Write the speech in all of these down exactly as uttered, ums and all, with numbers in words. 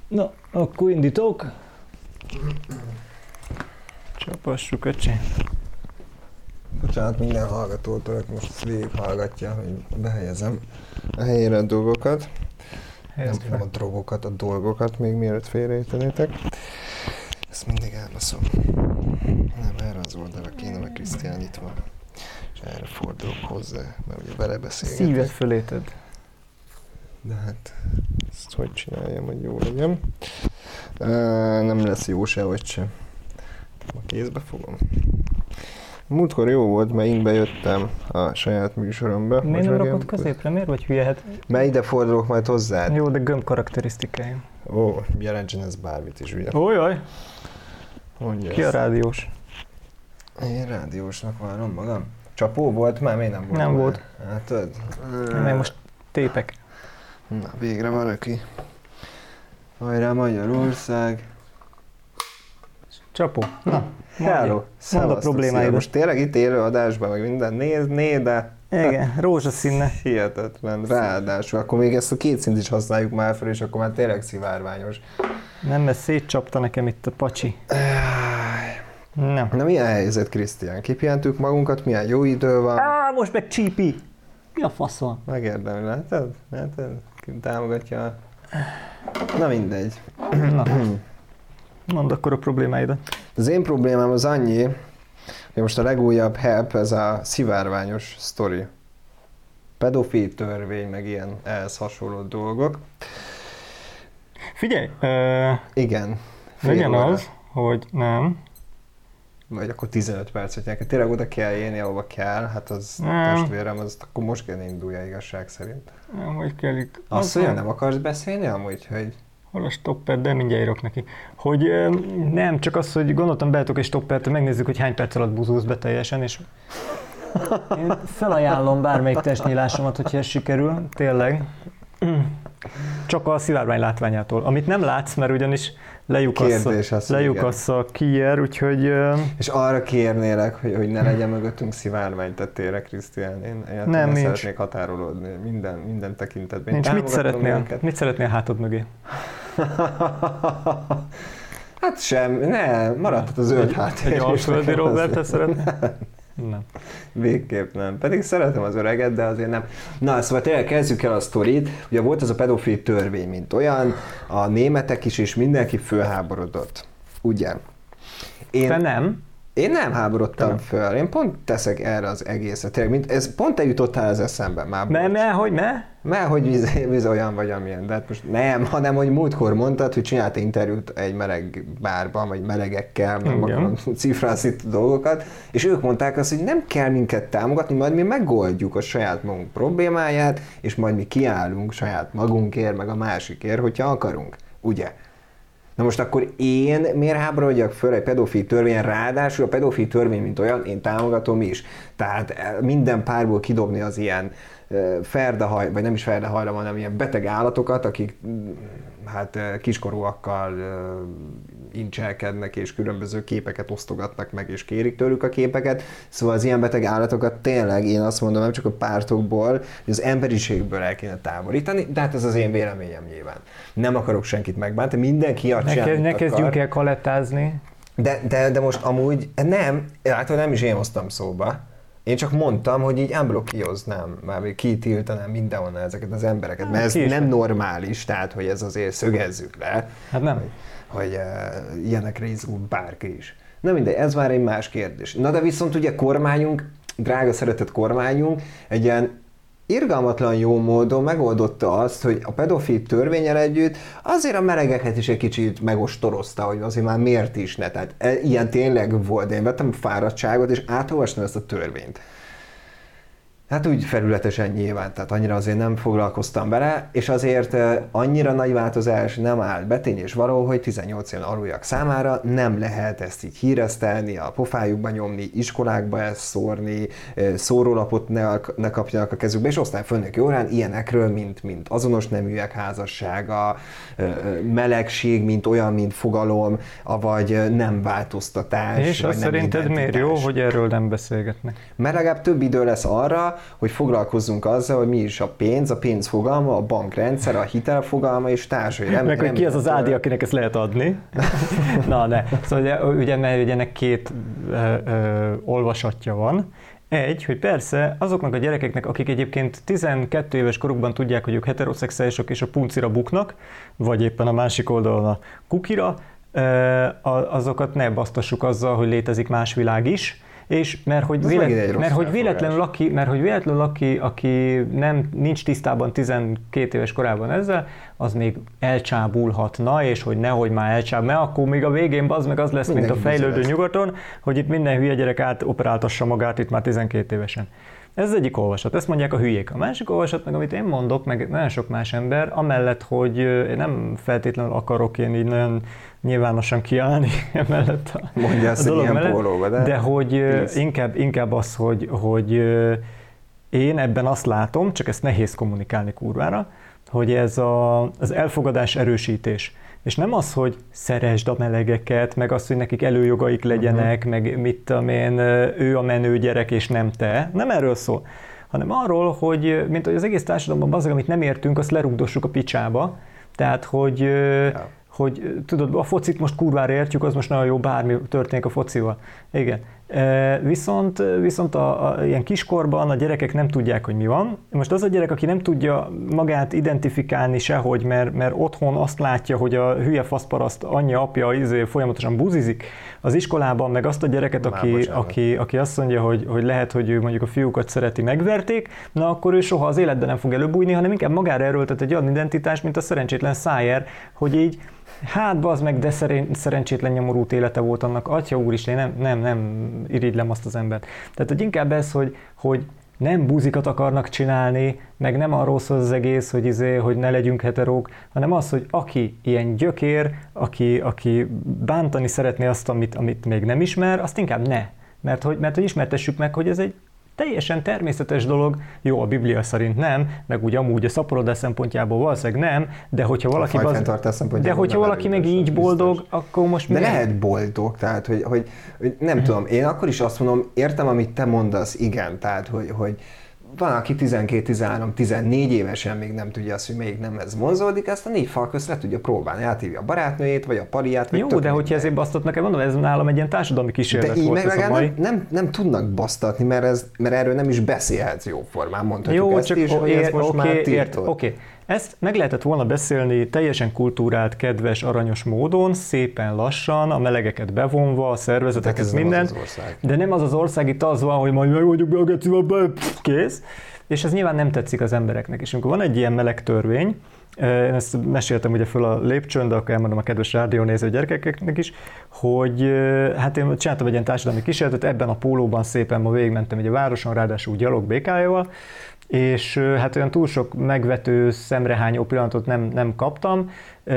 Na, akkor indítok. Csapassuk, öcsi. Bocsánat minden hallgatótól, aki most végighallgatja, hogy behelyezem a helyére a dolgokat. Nem, nem a drogokat, a dolgokat, még mielőtt félreértenétek. Ezt mindig elbaszom. Nem, erre az oldalra kéne, mert Krisztián itt van. És erre fordulok hozzá, mert ugye vele beszélgetek. Szíved fölé tedd. De hát, ezt hogy csináljam, hogy jó legyen. Uh, nem lesz jó se, vagy se. A kézbe fogom. Múltkor jó volt, mert én bejöttem a saját műsoromba. Miért nem rakod középre? Miért vagy hülyehet? Mert ide fordulok majd hozzád. Jó, de gömb karakterisztikai. Ó, jelentsen ez bármit is, ugye? Ójaj! Mondja Ki a rádiós? Én rádiósnak várom magam. Csapó volt már? Miért nem volt? Nem már? volt. Hát tudod. Én most tépek. Na, végre valaki. Hajrá Magyarország. Csapó. Na, Hello. mondd a problémáidat. Most tényleg itt élő adásban, meg minden nézné, de... Igen, rózsaszínne. Hihetetlen. Ráadásul akkor még ezt a két szint is használjuk már fel, és akkor már tényleg szivárványos. Nem, mert szétcsapta nekem itt a pacsi. Nem. Na milyen helyzet, Krisztián? Kipihentük magunkat, milyen jó idő van? Á, most meg csípi! Mi a fasz van? Megérdemli, látod? Látod? Ki támogatja. Na mindegy. Na. Mondd akkor a problémáidat. Az én problémám az annyi, hogy most a legújabb help, ez a szivárványos sztori. Pedofil törvény, meg ilyen ehhez hasonló dolgok. Figyelj! Uh, Igen. legyen óra. az, hogy nem. Vagy akkor tizenöt percet neked. Tényleg oda kell élni, ahova kell. Hát az Nem. testvérem, az akkor most kell indulja igazság szerint. Nem, hogy kell itt. Azt mondja, nem akarsz beszélni amúgy, hogy... Hol a stoppert, de mindjárt írok neki. Hogy ö, nem, csak az, hogy gondoltam beálltok egy stoppert, megnézzük, hogy hány perc alatt buzulsz be teljesen, és én felajánlom bármelyik testnyílásomat, hogyha ez sikerül, tényleg. Csak a szivárvány látványától. Amit nem látsz, mert ugyanis lejukassz, lejukassz a kier, úgyhogy... Ö... És arra kérnélek, hogy, hogy ne legyen mögöttünk szivárvány tettére, Krisztián. Én, én nem, nincs. szeretnék határolódni minden, minden tekintetben. Nincs. Mit szeretnél? Mit szeretnél hátad mögé? Hát sem, ne, maradhat a zöld háttér. Egy alföldi Robert-et szeretnél? Nem. Végképp nem. Pedig szeretem az öreget, de azért nem. Na, szóval tényleg kezdjük el a sztorit. Ugye volt ez a pedofil törvény, mint olyan, a németek is, és mindenki fölháborodott. Ugye? Én, Te nem? Én nem háborodtam föl. Én pont teszek erre az egészre. Tényleg, mint, ez pont eljutottál az eszembe már. Mert, mert, hogy ne? Mert, hogy víz, víz olyan vagy amilyen. De hát most nem, hanem, hogy múltkor mondtad, hogy csinált interjút egy meleg bárban, vagy melegekkel, meg akarom cifrázni dolgokat, és ők mondták azt, hogy nem kell minket támogatni, majd mi megoldjuk a saját magunk problémáját, és majd mi kiállunk saját magunkért, meg a másikért, hogyha akarunk. Ugye? Na most akkor én miért háborodjak föl egy pedofil törvény, ráadásul a pedofil törvény, mint olyan, én támogatom is. Tehát minden párból kidobni az ilyen ferdehaj, vagy nem is ferdehajra, hanem ilyen beteg állatokat, akik hát kiskorúakkal incselkednek, és különböző képeket osztogatnak meg, és kérik tőlük a képeket. Szóval az ilyen beteg állatokat tényleg, én azt mondom, nem csak a pártokból, hogy az emberiségből el kéne távolítani, de hát ez az én véleményem nyilván. Nem akarok senkit megbántani, mindenki a Ne, ne kezdjünk el kalettázni. De, de, de most amúgy nem, hát nem is én hoztam szóba. Én csak mondtam, hogy így unblockioznám, már kitiltanám mindenhonnan ezeket az embereket, mert ez nem normális, tehát hogy ez azért szögezzük le. Hát nem. Hogy, hogy uh, ilyenekre izgul bárki is. Na mindegy, ez már egy más kérdés. Na de viszont ugye kormányunk, drága szeretett kormányunk, egy ilyen irgalmatlan jó módon megoldotta azt, hogy a pedofil törvénnyel együtt azért a melegeket is egy kicsit megostorozta, hogy azért már miért is ne. Tehát ilyen tényleg volt. Én vettem fáradtságot, és átolvastam ezt a törvényt. Hát úgy felületesen nyilván, tehát annyira azért nem foglalkoztam vele, és azért annyira nagy változás nem áll be, tény és való, hogy tizennyolc éven aluljak számára nem lehet ezt így híresztelni, a pofájukba nyomni, iskolákba ezt szórni, szórólapot ne, ne kapjanak a kezükbe, és osztály főnök órán ilyenekről, mint, mint azonos neműek házassága, melegség, mint olyan, mint fogalom, vagy nem változtatás. És azt szerinted miért jó, hogy erről nem beszélgetnek? Mert legalább több idő lesz arra, hogy foglalkozzunk azzal, hogy mi is a pénz, a pénz fogalma, a bankrendszer, a hitel fogalma és társai. Nem, meg, hogy ki az az ádi, akinek ezt lehet adni. Na, ne. Szóval ugye, ugye, mert ugye ennek két ö, ö, olvasatja van. Egy, hogy persze azoknak a gyerekeknek, akik egyébként tizenkét éves korukban tudják, hogy ők heteroszexuálisok és a puncira buknak, vagy éppen a másik oldalon a kukira, azokat ne basztassuk azzal, hogy létezik más világ is, és mert hogy, vélet, mert, hogy véletlenül aki, mert hogy véletlenül aki, aki nem, nincs tisztában tizenkét éves korában ezzel, az még elcsábulhatna, és hogy nehogy már elcsáb, mert akkor még a végén az meg az lesz, mindenki mint a fejlődő nyugaton, hogy itt minden hülye gyerek átoperáltassa magát itt már tizenkét évesen. Ez az egyik olvasat, ezt mondják a hülyék. A másik olvasat, meg amit én mondok, meg nagyon sok más ember, amellett, hogy én nem feltétlenül akarok én így nagyon nyilvánosan kiállni emellett a, Mondja a dolog mellett, pólóba, de, de hogy inkább, inkább az, hogy, hogy én ebben azt látom, csak ezt nehéz kommunikálni kurvára, hogy ez a, az elfogadás erősítés. És nem az, hogy szeresd a melegeket, meg az, hogy nekik előjogaik legyenek, uh-huh. meg mit tudom én, ő a menő gyerek, és nem te. Nem erről szól, hanem arról, hogy mint hogy az egész társadalomban az, amit nem értünk, azt lerugdossuk a picsába. Tehát, hogy, ja. hogy tudod, a focit most kurvára értjük, az most nagyon jó, bármi történik a focival. Igen. Viszont, viszont a, a, ilyen kiskorban a gyerekek nem tudják, hogy mi van. Most az a gyerek, aki nem tudja magát identifikálni sehogy, mert, mert otthon azt látja, hogy a hülye faszparaszt anyja, apja izé, folyamatosan buzizik az iskolában, meg azt a gyereket, aki, aki, aki azt mondja, hogy, hogy lehet, hogy ő mondjuk a fiúkat szereti, megverték, na akkor ő soha az életben nem fog előbújni, hanem inkább magára erőltet egy olyan identitást, mint a szerencsétlen Szájer, hogy így hát bazd meg, de szerén, szerencsétlen nyomorult élete volt annak, atya úristen, nem, nem, nem irigylem azt az embert. Tehát, hogy inkább ez, hogy, hogy nem buzikat akarnak csinálni, meg nem arról szól az egész, hogy, izé, hogy ne legyünk heterók, hanem az, hogy aki ilyen gyökér, aki, aki bántani szeretné azt, amit, amit még nem ismer, azt inkább ne. Mert hogy, mert hogy ismertessük meg, hogy ez egy teljesen természetes dolog, jó, a Biblia szerint nem, meg úgy amúgy a szaporodás szempontjából valószínűleg nem, de hogyha valaki, az, de hogyha valaki meg így boldog, biztos. Akkor most de milyen? Lehet boldog, tehát hogy, hogy, hogy nem tudom, én akkor is azt mondom, értem, amit te mondasz, igen, tehát hogy, hogy van, aki tizenkét, tizenhárom, tizennégy évesen még nem tudja azt, hogy melyik nem ez vonzódik, ezt a négy fal közt le tudja próbálni, áthívja a barátnőjét, vagy a pariát, vagy jó, de hogyha ezért basztatnak, én mondom, ez nálam egy ilyen társadalmi kísérlet de volt meg, ez a mai. Nem, nem, nem tudnak basztatni, mert, ez, mert erről nem is beszélhetsz jóformán, mondhatjuk jó, ezt csak is, hogy ér, ezt most okay, már tiltod. Oké, okay. Ezt meg lehetett volna beszélni teljesen kultúrált, kedves, aranyos módon, szépen lassan, a melegeket bevonva, a szervezeteket, minden. Nem az de nem az az ország, itt az van, hogy majd megmondjuk be a gecival, kész. És ez nyilván nem tetszik az embereknek. És amikor van egy ilyen meleg törvény, én ezt meséltem ugye föl a lépcsőn, de akkor elmondom a kedves rádiónéző gyerekeknek is, hogy hát én csináltam egy ilyen társadalmi kísérletet, ebben a pólóban szépen ma végigmentem egy a városon, ráadásul gyalog békájával, és hát olyan túl sok megvető, szemrehányó pillanatot nem, nem kaptam.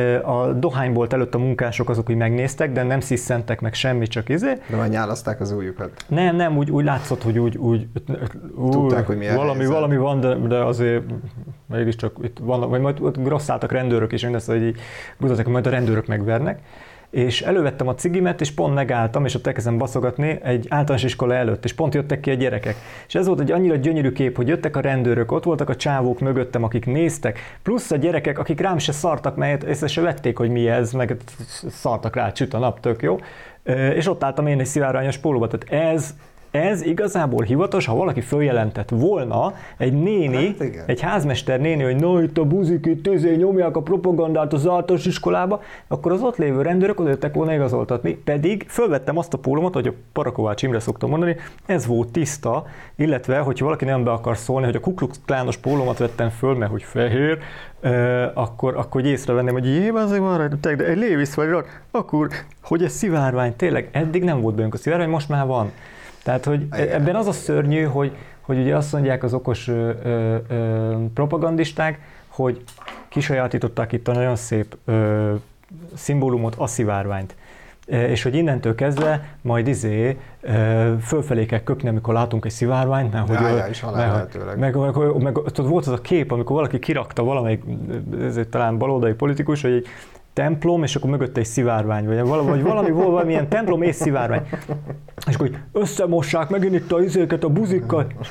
A dohánybolt előtt a munkások azok, hogy megnéztek, de nem sziszentek meg semmi, csak izé. De már nyálaszták az ujjukat. Nem, nem, úgy, úgy látszott, hogy úgy, úgy tudták, hogy milyen valami, valami van, de, de azért mégiscsak itt vannak, vagy majd ott grosszáltak rendőrök is, mindezt, hogy így gondolták, hogy majd a rendőrök megvernek. És elővettem a cigimet, és pont megálltam, és ott elkezdem baszogatni egy általános iskola előtt, és pont jöttek ki a gyerekek. És ez volt egy annyira gyönyörű kép, hogy jöttek a rendőrök, ott voltak a csávók mögöttem, akik néztek, plusz a gyerekek, akik rám se szartak, mert észre se vették, hogy mi ez, meg szartak rá, csüt a nap, tök jó. És ott álltam én egy szivárványos pólóba, tehát ez Ez igazából hivatos, ha valaki följelentett volna, egy néni, hát egy házmester néni, hogy na itt a buzik, itt izé nyomják a propagandát az általános iskolába, akkor az ott lévő rendőrök oda jöttek volna igazoltatni, pedig fölvettem azt a pólómat, hogy a Parakovács Imre szoktam mondani, ez volt tiszta, illetve, hogyha valaki nem be akar szólni, hogy a Ku Klux Klános pólómat vettem föl, mert hogy fehér, Uh, akkor, akkor észrevenném, hogy jé, azért van rajta, de egy Lévisz vagy rajta, akkor, hogy ez szivárvány, tényleg eddig nem volt bennünk a szivárvány, most már van. Tehát, hogy ebben az a szörnyű, hogy, hogy ugye azt mondják az okos ö, ö, ö, propagandisták, hogy kisajátították itt a nagyon szép ö, szimbólumot, a szivárványt. És hogy innentől kezdve majd izé fölfelé kell köpni, amikor látunk egy szivárványt, mert hogy Jájá is mert, meg, meg, meg, meg volt az a kép, amikor valaki kirakta valamelyik, ezért talán baloldali politikus, hogy egy templom, és akkor mögötte egy szivárvány, vagy valami, vagy valami volt valamilyen templom és szivárvány. És akkor összemossák megint itt a izéket a buzikkal, és így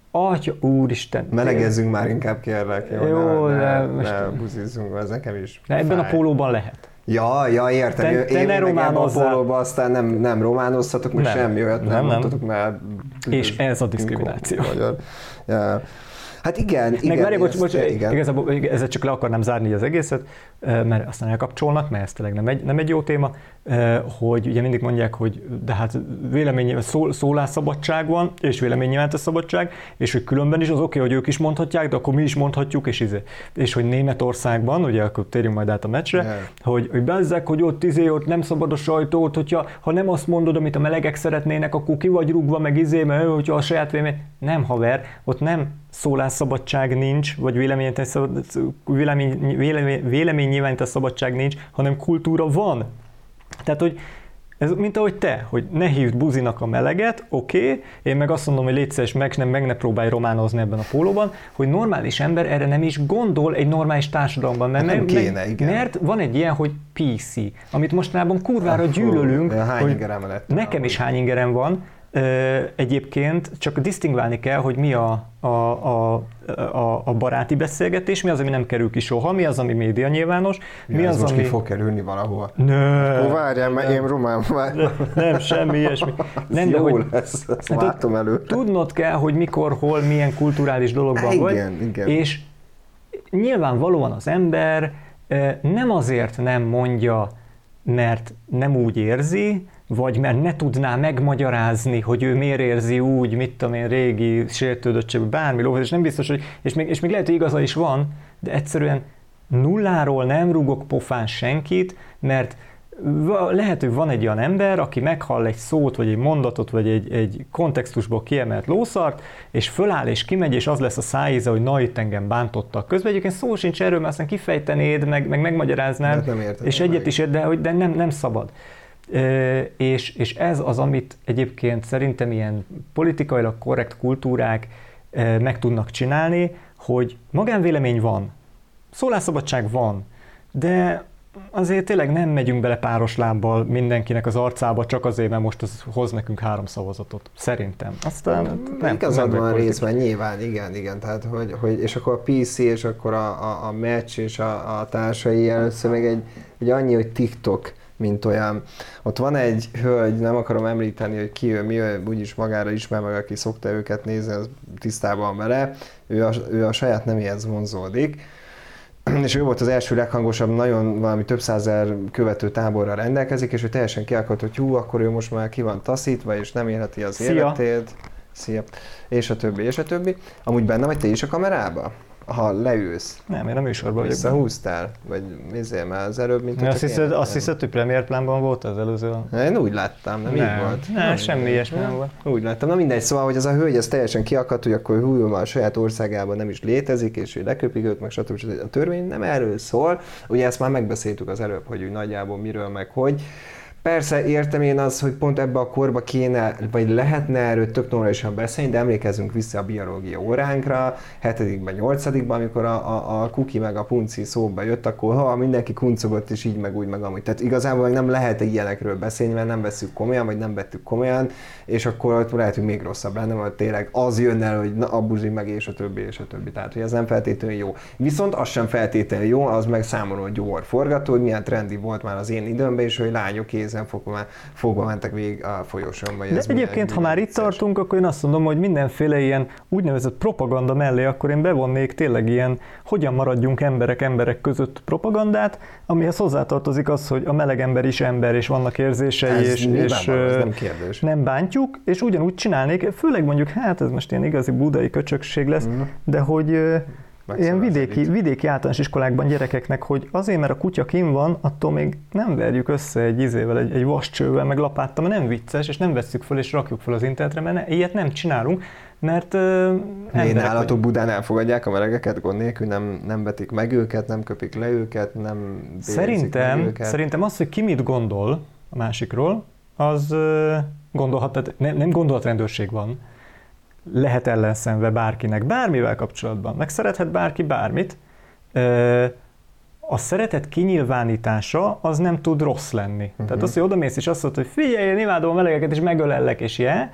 Atya, úristen. Melegezzünk már inkább, kérlek. Jó, jó ne, ne, ne, most... ne buzizzunk, az nekem is de ebben fáj. A pólóban lehet. Ja, ja, értem. Te, te én ne meg ebben a pólóban aztán nem, nem románoztatok, most nem. semmi olyat nem, nem mondtatok, mert... És ez a diszkrimináció. Ja. Hát igen, igen. Meg várj, bocs, bocs, igen. Igazából ezzel csak le akarnám zárni az egészet, mert aztán elkapcsolnak, mert ez tényleg nem egy, nem egy jó téma, hogy ugye mindig mondják, hogy de hát vélemény, szó, szólásszabadság van, és véleménynyilvántás szabadság, és hogy különben is az oké, okay, hogy ők is mondhatják, de akkor mi is mondhatjuk, és izé. És hogy Németországban, ugye akkor térjünk majd át a meccsre, yeah. hogy, hogy bezzek, hogy ott izé, ott nem szabad a sajtót, hogyha ha nem azt mondod, amit a melegek szeretnének, akkor ki vagy rúgva, meg izé, mert hogyha a saját vélemény... Nem, haver, ott nem szólásszabadság nincs, vagy vélemény, vélemény, véleménynyilvánítás szabadság nincs, hanem kultúra van. Tehát, hogy ez mint ahogy te, hogy ne hívd buzinak a meleget, oké, okay, én meg azt mondom, hogy légy szíves, meg, nem, meg ne próbálj románozni ebben a pólóban, hogy normális ember erre nem is gondol egy normális társadalomban, mert, nem kéne, meg, igen. mert van egy ilyen, hogy pé cé, amit mostanában kurvára gyűlölünk, hogy nekem is hány ingerem van, egyébként csak disztingválni kell, hogy mi a, a, a, a, a baráti beszélgetés, mi az, ami nem kerül ki soha, mi az, ami média nyilvános, mi ja, az, most ami... ki fog kerülni valahol. Nö, Ó, várjál, mert én román várjál. Nem, semmi ilyesmi. Nem, jó hogy, lesz, ezt hát látom elő. Tudnod kell, hogy mikor, hol, milyen kulturális dologban igen, vagy, igen. és nyilvánvalóan az ember nem azért nem mondja, mert nem úgy érzi, vagy mert ne tudná megmagyarázni, hogy ő miért érzi úgy, mit tudom én, régi sértődöttség, bármi lóvét, és nem biztos, hogy, és még, és még lehet, hogy igaza is van, de egyszerűen nulláról nem rúgok pofán senkit, mert lehet, hogy van egy olyan ember, aki meghall egy szót, vagy egy mondatot, vagy egy, egy kontextusból kiemelt lószart, és föláll és kimegy, és az lesz a szájíze, hogy na, itt engem bántottak. Közben egyébként szó sincs erről, mert aztán kifejtenéd, meg, meg megmagyaráznád, nem érted, és nem egyet meg. is ért, de, hogy, de nem, nem szabad. E, és, és ez az, amit egyébként szerintem ilyen politikailag korrekt kultúrák e, meg tudnak csinálni, hogy magánvélemény van, szólásszabadság van, de azért tényleg nem megyünk bele páros lábbal mindenkinek az arcába csak azért, mert most az hoz nekünk három szavazatot. Szerintem. Aztán nem. Igazad van részben, nyilván, igen, igen. Tehát, hogy, hogy, és akkor a pé cé, és akkor a, a, a meccs, és a, a társai, először még egy, egy annyi, hogy TikTok, mint olyan. Ott van egy hölgy, nem akarom említeni, hogy ki ő, mi ő, úgyis magára ismer meg, aki szokta őket nézni, az tisztában vele. Ő a, ő a saját neméhez vonzódik. És ő volt az első leghangosabb, nagyon valami több százezer követő táborral rendelkezik, és ő teljesen kiakadt, hogy hú, akkor ő most már ki van taszítva, és nem élheti az Szia. életét. Szia. És a többi, és a többi. Amúgy benne vagy te is a kamerába? Ha leülsz. Nem, én a műsorban vagyok. Visszahúztál? Vagy nézzél már az előbb, mint azt hiszed, azt hiszed, hogy Premier Plánban volt az előző? Én úgy láttam, nem, nem így volt. Nem, semmi ilyesmi nem volt. Úgy láttam. Na mindegy, szóval, hogy az a hölgy ez teljesen kiakadt, hogy akkor hú, már a saját országában nem is létezik, és ő leköpik őt, meg stb. A törvény nem erről szól. Ugye ezt már megbeszéltük az előbb, hogy úgy nagyjából miről, meg hogy. Persze értem én az, hogy pont ebbe a korba kéne, vagy lehetne erről tök normálisan beszélni, de emlékezzünk vissza a biológia óránkra, hetedikben, nyolcadikban, amikor a, a, a kuki meg a punci szóba jött, akkor ha mindenki kuncogott, és így meg úgy meg amúgy. Tehát igazából meg nem lehet ilyenekről beszélni, mert nem veszük komolyan, vagy nem vettük komolyan, és akkor lehet, hogy még rosszabb lenne, mert tényleg az jön el, hogy na, abuzi meg, és a többi, és a többi. Tehát, hogy ez nem feltétlenül jó. Viszont az sem feltétlenül jó, az meg számomra gyomor forgató, hogy milyen trendi volt már az én időmben, és hogy lányok kézen fogva, fogva mentek végig a folyosón. Vagy de egyébként, ha már itt tartunk, akkor én azt mondom, hogy mindenféle ilyen úgynevezett propaganda mellé, akkor én bevonnék tényleg ilyen, hogyan maradjunk emberek emberek között propagandát, amihez hozzátartozik az, hogy a meleg ember is ember, és vannak érzései, ez és, és nem, kérdés. nem bántjuk, és ugyanúgy csinálnék, főleg mondjuk, hát ez most ilyen igazi budai köcsökség lesz, mm. de hogy ilyen vidéki, vidéki általános iskolákban gyerekeknek, hogy azért, mert a kutya kim van, attól még nem verjük össze egy izével, egy, egy vascsővel, meg lapáttal, mert nem vicces, és nem vesszük föl, és rakjuk föl az internetre, mert ne, ilyet nem csinálunk, mert uh, én állatok Budán elfogadják a melegeket, gond nélkül, nem, nem vetik meg őket, nem köpik le őket, nem szerintem, meg őket. Szerintem az, hogy ki mit gondol a másikról, az uh, gondolhat, tehát nem, nem gondolatrendőrség van, lehet ellenszenve bárkinek, bármivel kapcsolatban, meg szerethet bárki bármit, a szeretet kinyilvánítása az nem tud rossz lenni. Uh-huh. Tehát az, hogy odamész és azt mondod, hogy figyelj, én imádom a melegeket és megölellek és ilyen,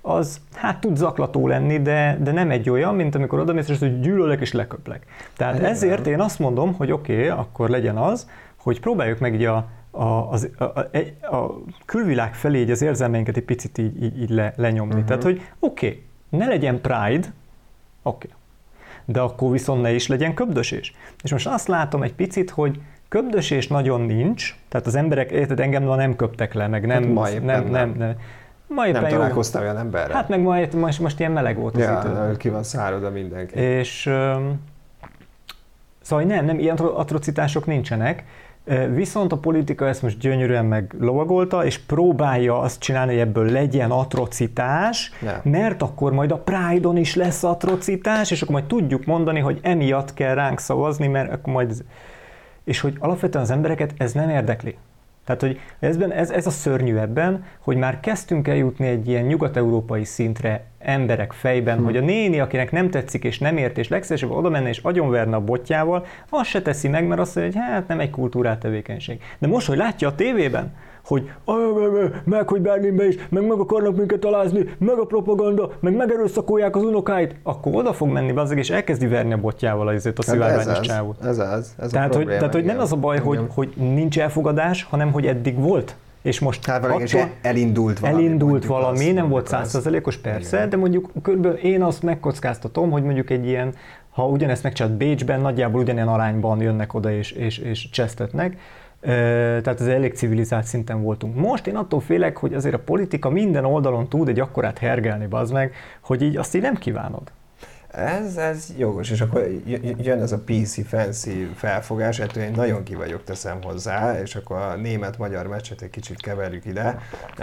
az hát tud zaklató lenni, de, de nem egy olyan, mint amikor odamész, és hogy gyűlölök és leköplek. Tehát hát ezért én azt mondom, hogy oké, okay, akkor legyen az, hogy próbáljuk meg így a, a, az, a, a, a külvilág felé így az érzelmeinket egy picit így, így, így le, lenyomni. Uh-huh. Tehát, hogy oké, okay, ne legyen Pride, oké, okay, de akkor viszont ne is legyen köbdösés. És most azt látom egy picit, hogy köbdösés nagyon nincs, tehát az emberek, érted, engem ma nem köptek le, meg nem... Hát ma nem, nem, nem, nem. Ma nem találkoztál olyan emberrel? Hát meg ma, most, most ilyen meleg volt az ja, idő. Ki van száradva mindenki. És um, szóval nem, nem, ilyen atrocitások nincsenek, viszont a politika ezt most gyönyörűen meglovagolta, és próbálja azt csinálni, hogy ebből legyen atrocitás, ne. Mert akkor majd a Pride-on is lesz atrocitás, és akkor majd tudjuk mondani, hogy emiatt kell ránk szavazni, mert akkor majd... Ez... És hogy alapvetően az embereket ez nem érdekli. Tehát, hogy ezben, ez, ez a szörnyű ebben, hogy már kezdtünk eljutni egy ilyen nyugat-európai szintre emberek fejben, hmm. hogy a néni, akinek nem tetszik és nem ért, és legszívesebb oda menne és agyonverne a botjával, azt se teszi meg, mert azt mondja, hogy hát nem egy kultúrát tevékenység. De most, hogy látja a tévében, hogy meg, hogy Berlinbe is, meg meg akarnak minket alázni, meg a propaganda, meg megerőszakolják az unokáit, akkor oda fog menni bazzeg, és elkezdi verni a botjával azért a szivárványos csávót. Ez az, ez tehát, a hogy, tehát, hogy nem az a baj, hogy, hogy nincs elfogadás, hanem hogy eddig volt. És most hát attól elindult valami. Elindult valami, nem volt száz százalékos persze, igen. De mondjuk körülbelül én azt megkockáztatom, hogy mondjuk egy ilyen, ha ugyanezt megcsinált Bécsben, nagyjából ugyanilyen arányban jönnek oda és, és, és csesztetnek, tehát ez elég civilizált szinten voltunk. Most én attól félek, hogy azért a politika minden oldalon tud egy akkorát hergelni, bazd meg, hogy így azt így nem kívánod. Ez, ez jogos, és akkor jön ez a pé cé fancy felfogás, ettől én nagyon ki vagyok, teszem hozzá, és akkor a német-magyar meccset egy kicsit keverjük ide.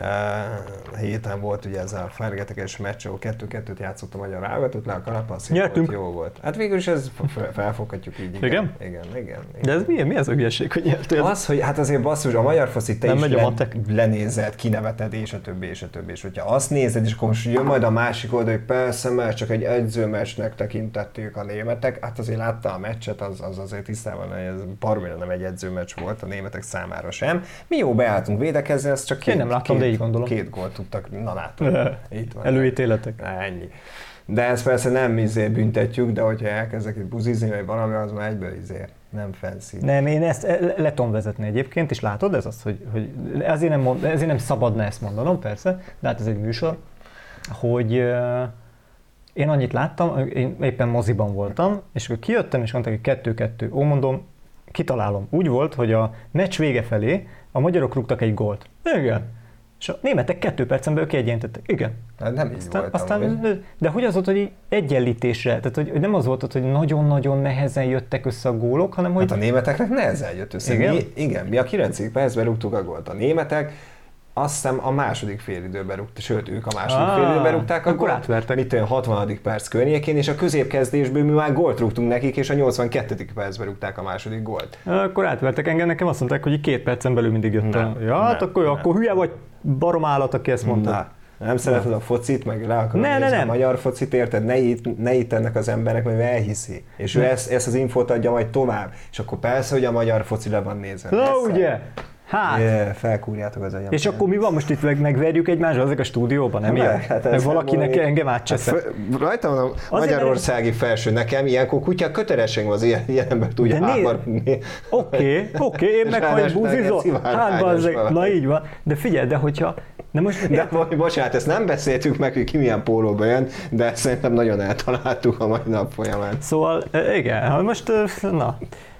Héten volt ugye ez a fergeteges meccs, ahol kettő-kettőt játszott a magyar válogatott, le a kalappa, nyertünk. Jó volt. Hát végül is ez felfoghatjuk így. Igen? Igen? Igen, igen, igen. De ez mi, mi az a hülyeség, hogy nyertél? Az, hogy hát azért basszus, a magyar foci te nem is le, lenézed, kineveted, és a többi, és a többi. És hogyha azt nézed, és akkor most jön majd a másik oldal, hogy persze, mert csak egy edzőmeccsnek tekintették a németek, hát azért látta a meccset, az, az azért tisztában, hogy ez baromira nem egy edzőmeccs volt a németek számára sem. Mi jó beálltunk védekezni, ez csak két, én nem láttam, két, de így gondolom. Két gólt tudtak, na látod, itt van. Előítéletek. Ennyi. De ezt persze nem izé büntetjük, de hogyha elkezdek itt buzizni, vagy valami, az már egyből izé nem fancy. Nem, én ezt le tudom vezetni egyébként, és látod, ez az, hogy, hogy ezért, nem mond, ezért nem szabadna ezt mondanom, persze, de hát ez egy műsor, hogy uh, én annyit láttam, én éppen moziban voltam, és akkor kijöttem, és mondták, hogy kettő-kettő. Ó, mondom, kitalálom. Úgy volt, hogy a meccs vége felé a magyarok rúgtak egy gólt. Igen. És a németek kettő percen belül kiegyenlítettek. Igen. Hát nem így aztán, volt. Aztán, de hogy az volt, hogy egyenlítésre, tehát hogy nem az volt, hogy nagyon-nagyon nehezen jöttek össze a gólok, hanem hogy... Hát a németeknek nehezen jött össze. Igen? Mi, igen, mi a kilencedik percben rúgtuk a gólt. A németek azt hiszem a második félidőben rúgták, sőt ők a második ah, félidőben rúgták a gólt. Átvertek. Mit olyan hatvanadik perc környékén, és a középkezdésből mi már gólt rúgtunk nekik, és a nyolcvankettedik percben rúgták a második gólt. Akkor átvertek engem, nekem azt mondták, hogy két percen belül mindig jött el. Ja, hát nem, akkor, nem. akkor hülye vagy barom állat, aki ezt mondta. Na. Nem szereted a focit, meg rá akarod ne, nézni ne, a magyar focit, érted? Ne itt, ne itt ennek az embernek, mert ő elhiszi. És ő ezt, ezt az infót adja majd tovább. És akkor persze, hogy a magyar foci le van nézve. Na ugye? Hát. Yeah, felkúrjátok az agyam. És akkor mi van most itt, meg, megverjük egymással ezek a stúdióban, nem ilyen? Hát meg valakinek engem átcseszek. Hát rajta van a magyarországi nem... felső, nekem ilyenkor kutya kötelesség van az ilyen, ilyen ember tudja hámarni. Oké, oké, én meg ha búzizol, hát bazzeg, na így van. De figyelj, de hogyha... De most... De, bocsánat, ezt nem beszéltük meg, hogy ki milyen pólóba jön, de szerintem nagyon eltaláltuk a mai nap folyamán. Szóval, igen, most, na...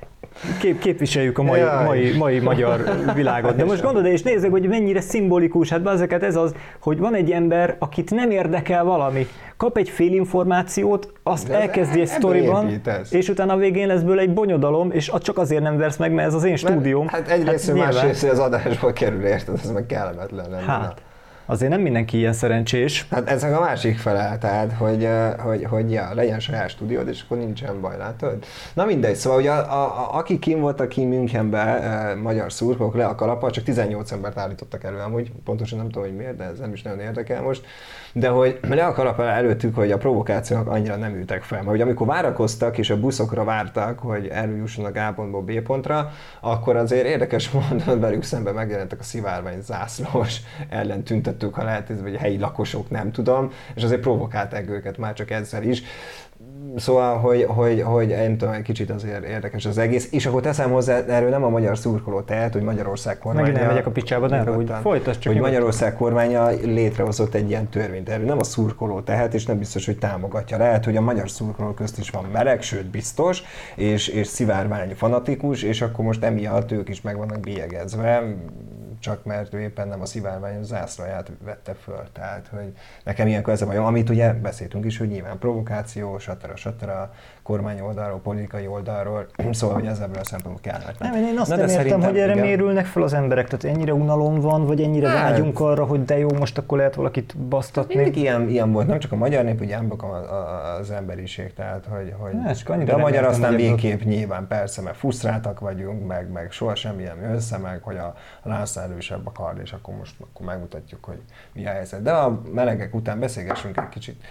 Kép, képviseljük a mai, mai, mai magyar világot. De most gondolod, és nézzük, hogy mennyire szimbolikus, hát ezeket ez az, hogy van egy ember, akit nem érdekel valami, kap egy fél információt, azt de elkezdi egy sztoriban, és utána a végén lesz bőle egy bonyodalom, és csak azért nem versz meg, mert ez az én stúdióm. Hát egyrészt, hát másrészt az adásból kerül, érted, ez meg kellemetlen lenne. Hát. Azért nem mindenki ilyen szerencsés. Hát ez a másik fele, tehát, hogy, hogy, hogy ja, legyen saját stúdiód, és akkor nincsen baj, látod? Na mindegy, szóval ugye a, a, a, akik kim voltak ki Münchenben, e, magyar szurkolók le a kalappal, csak tizennyolc embert állítottak elő, amúgy pontosan nem tudom, hogy miért, de ez nem is nagyon érdekel most. De hogy le a kalappal előttük, hogy a provokációk annyira nem ültek fel. Mert hogy amikor várakoztak és a buszokra vártak, hogy eljussanak A pontból B pontra, akkor azért érdekes módon velük szemben megjelentek a szivárvány zászlós ellentüntetők, közöttük, ha lehet, vagy helyi lakosok, nem tudom, és azért provokálták őket már csak ezzel is. Szóval, hogy, hogy, hogy én tudom, egy kicsit azért érdekes az egész, és akkor teszem hozzá, erről nem a magyar szurkoló tehet, hogy Magyarország kormánya... Megint nem megyek a picsába, de erről, hogy folytasd csak. Hogy Magyarország kormánya létrehozott egy ilyen törvényt, erről nem a szurkoló tehet, és nem biztos, hogy támogatja. Lehet, hogy a magyar szurkolók közt is van meleg, sőt biztos, és, és szivárvány fanatikus, és akkor most emiatt ők is meg vannak bélyegezve, csak mert ő éppen nem a szivárványos zászlaját vette föl. Tehát, hogy nekem ilyenkor ez a bajom, amit ugye beszéltünk is, hogy nyilván provokáció, satara, satara, kormány oldalról, politikai oldalról, szóval, hogy ez ebből a szempontból kell. Nem, én azt nem értem, hogy erre igen. mérülnek fel az emberek, tehát ennyire unalom van, vagy ennyire hát, vágyunk arra, hogy de jó, most akkor lehet valakit basztatni. Mindig ilyen, ilyen volt, nem csak a magyar nép, ugye az emberiség, tehát, hogy, hogy hát, de a magyar aztán végképp nyilván persze, mert frusztráltak vagyunk, meg, meg soha semmilyen össze, meg hogy a László erősebb a kard, és akkor most akkor megmutatjuk, hogy mi a helyzet. De a melegek után beszélgessünk egy kicsit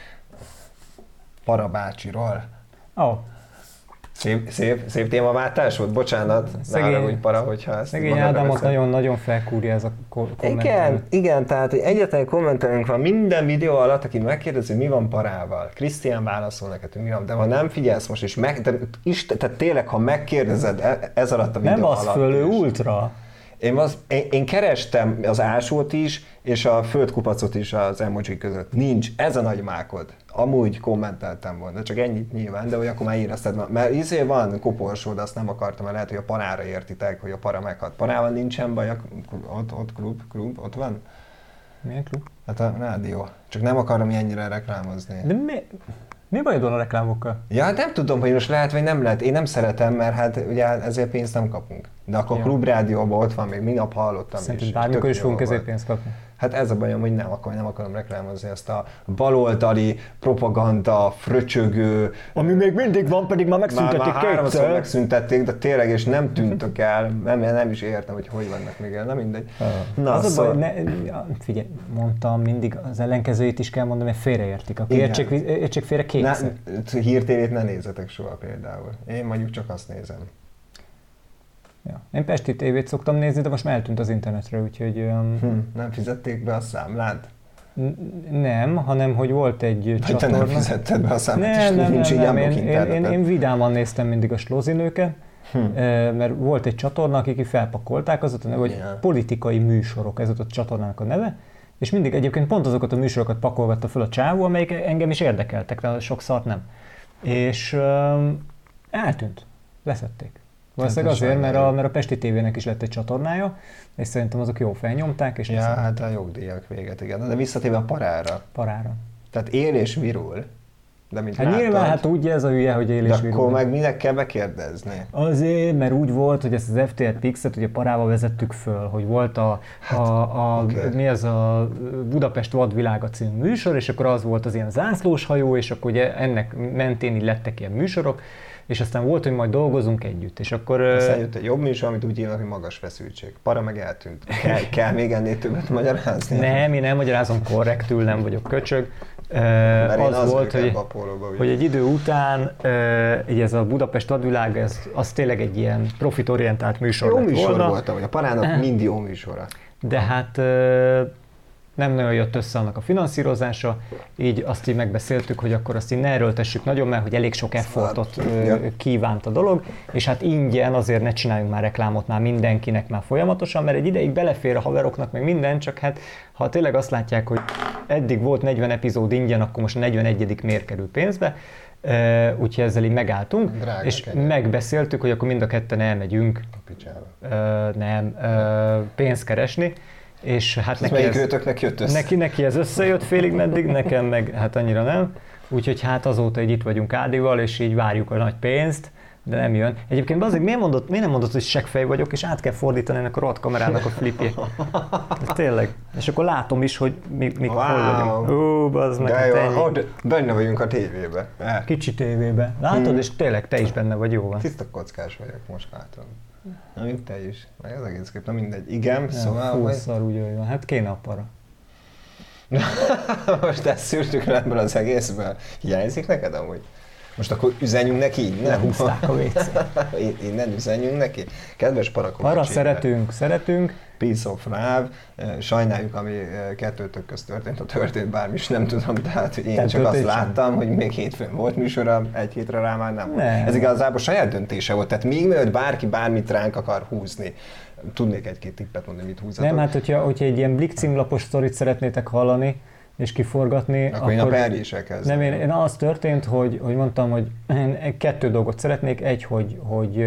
Para bácsiról. Oh. Szép, szép, szép témaváltás volt, bocsánat, szegény, nára úgy Para, hogyha ezt... Szegény Ádámot nagyon-nagyon felkúrja ez a komment. Igen, igen, tehát egyetlen kommentelünk van minden videó alatt, aki megkérdezi, mi van Parával. Krisztián válaszol neked, hogy mi van, de ha nem figyelsz most, és meg, de Isten, tehát tényleg, ha megkérdezed ez alatt a videó nem alatt... Nem az föl, ő ultra. Én, az, én, én kerestem az ásót is, és a földkupacot is az emoji között. Nincs, ez a nagy mákod. Amúgy kommenteltem volna, csak ennyit nyilván, de hogy akkor már érezted, mert izé van koporsód, azt nem akartam, mert lehet, hogy a Parára értitek, hogy a Para meghalt. Parával nincsen baj, ott, ott klub, klub, ott van? Milyen klub? Hát a rádió. Csak nem akarom ennyire reklámozni. De mi? Mi bajod van a reklámokkal? Ja, hát nem tudom, hogy most lehet, vagy nem lehet. Én nem szeretem, mert hát ugye ezért pénzt nem kapunk. De akkor ja. a klubrádióban ott van, még minap hallottam. Szerinted bármikor is fogunk ezért pénzt kapni? Hát ez a bajom, hogy nem, akkor nem akarom reklámozni ezt a baloldali, propaganda, fröcsögő... Ami még mindig van, pedig már megszüntették kétszer. Már háromszor kétszer. megszüntették, de tényleg, és nem tűntök el, nem, nem is értem, hogy hogy vannak még el, nem mindegy. Na, az szó... a baj, ne, figyelj, mondtam, mindig az ellenkezőjét is kell mondani, mert félreértik. Akkor értsék, értsék félre kétszer. Ne, hírtévét ne nézzetek soha például. Én mondjuk csak azt nézem. Ja. Én Pesti tévét szoktam nézni, de most már eltűnt az internetre, úgyhogy... Um... Hm, nem fizették be a számlát? Nem, hanem hogy volt egy vagy csatorna... te nem fizetted be a számlát, nem, és nem, nincs nem, így én, én, én, én vidáman néztem mindig a slozinőket, hm. mert volt egy csatorna, akik felpakolták, az ott a neve, hogy yeah. politikai műsorok, ez ott a csatornának a neve, és mindig egyébként pont azokat a műsorokat pakolgatta fel a csávó, amelyik engem is érdekeltek, de sok szart nem. És um, eltűnt, leszették. Valószínűleg azért, mert a, mert a Pesti tévének is lett egy csatornája, és szerintem azok jól felnyomták. És ja, hát a jogdíjak véget, igen. De visszatérve a Parára. Parára. Tehát él és virul. De mint hát látod, nyilván, hát úgy ez a hülye, hogy él és virul. De akkor meg minek kell bekérdezni? Azért, mert úgy volt, hogy ezt az ef té el Pixet ugye Parával vezettük föl, hogy volt a, hát, a, a okay. mi ez a Budapest vadvilága című műsor, és akkor az volt az ilyen zászlós hajó, és akkor ugye ennek mentén így lettek ilyen műsorok, és aztán volt, hogy majd dolgozunk együtt, és akkor... Aztán jött egy jobb műsor, amit úgy hívnak, hogy magas feszültség. Para meg eltűnt. Kell, kell még ennél többet magyarázni? Nem, én nem magyarázom korrektül, nem vagyok köcsög. Uh, az, az volt, hogy, pólóba, hogy egy idő után uh, így ez a Budapest vadvilág, ez, az tényleg egy ilyen profitorientált műsor jó lett műsor volna. volt, hogy a Parának mind jó műsora. De hát... Uh, nem nagyon jött össze annak a finanszírozása, így azt így megbeszéltük, hogy akkor azt így ne erőltessük nagyon, mert hogy elég sok effortot ja. kívánt a dolog, és hát ingyen azért ne csináljunk már reklámot már mindenkinek már folyamatosan, mert egy ideig belefér a haveroknak meg minden, csak hát ha tényleg azt látják, hogy eddig volt negyven epizód ingyen, akkor most a negyvenegyedik miért kerül pénzbe, Uh, úgyhogy ezzel így megálltunk, drága és kenyér. Megbeszéltük, hogy akkor mind a ketten elmegyünk uh, nem, uh, pénzt keresni, és hát neki ez, jött össze? Neki, neki ez összejött félig meddig, nekem meg hát annyira nem. Úgyhogy hát azóta így itt vagyunk Ádival, és így várjuk a nagy pénzt, de nem jön. Egyébként azért miért, mondott, miért nem mondott, hogy seggfej vagyok, és át kell fordítani ennek a rohadt kamerának a flipjét. De tényleg. És akkor látom is, hogy mi, mi wow. hol vagyunk. Ó, bazd meg, de jó, hát benne vagyunk a tévébe. Eh. Kicsi tévébe. Látod, hmm. és tényleg te is benne vagy, jó van. Tiszta kockás vagyok, most látom. Na, mint te is. Meg az egész kép, na mindegy. Igen, ja, szóval... Fú, szar, úgy olyan. Hát kéne a para. Most ezt szűrtük le ebből az egészből. Hiányzik neked amúgy? Most akkor üzenjünk neki innen? Lehúzták a vécét. Innen üzenjünk neki? Kedves Para Kovács. Para szeretünk, szeretünk. Piece of Love, sajnáljuk, ami kettőtök közt történt, ha történt bármi is, nem tudom, tehát hogy én Tehát csak azt láttam, hogy még hétfőn volt műsora, egy hétre rá már nem volt. Ez igazából saját döntése volt, tehát még mielőtt bárki bármit ránk akar húzni, tudnék egy-két tippet mondani, mit húzzatok. Nem, hát hogyha, hogyha egy ilyen Blick címlapos sztorit szeretnétek hallani, és kiforgatni, akkor, akkor én a perjéssel kezdem. Nem, én, én az történt, hogy, hogy mondtam, hogy én kettő dolgot szeretnék. Egy, hogy, hogy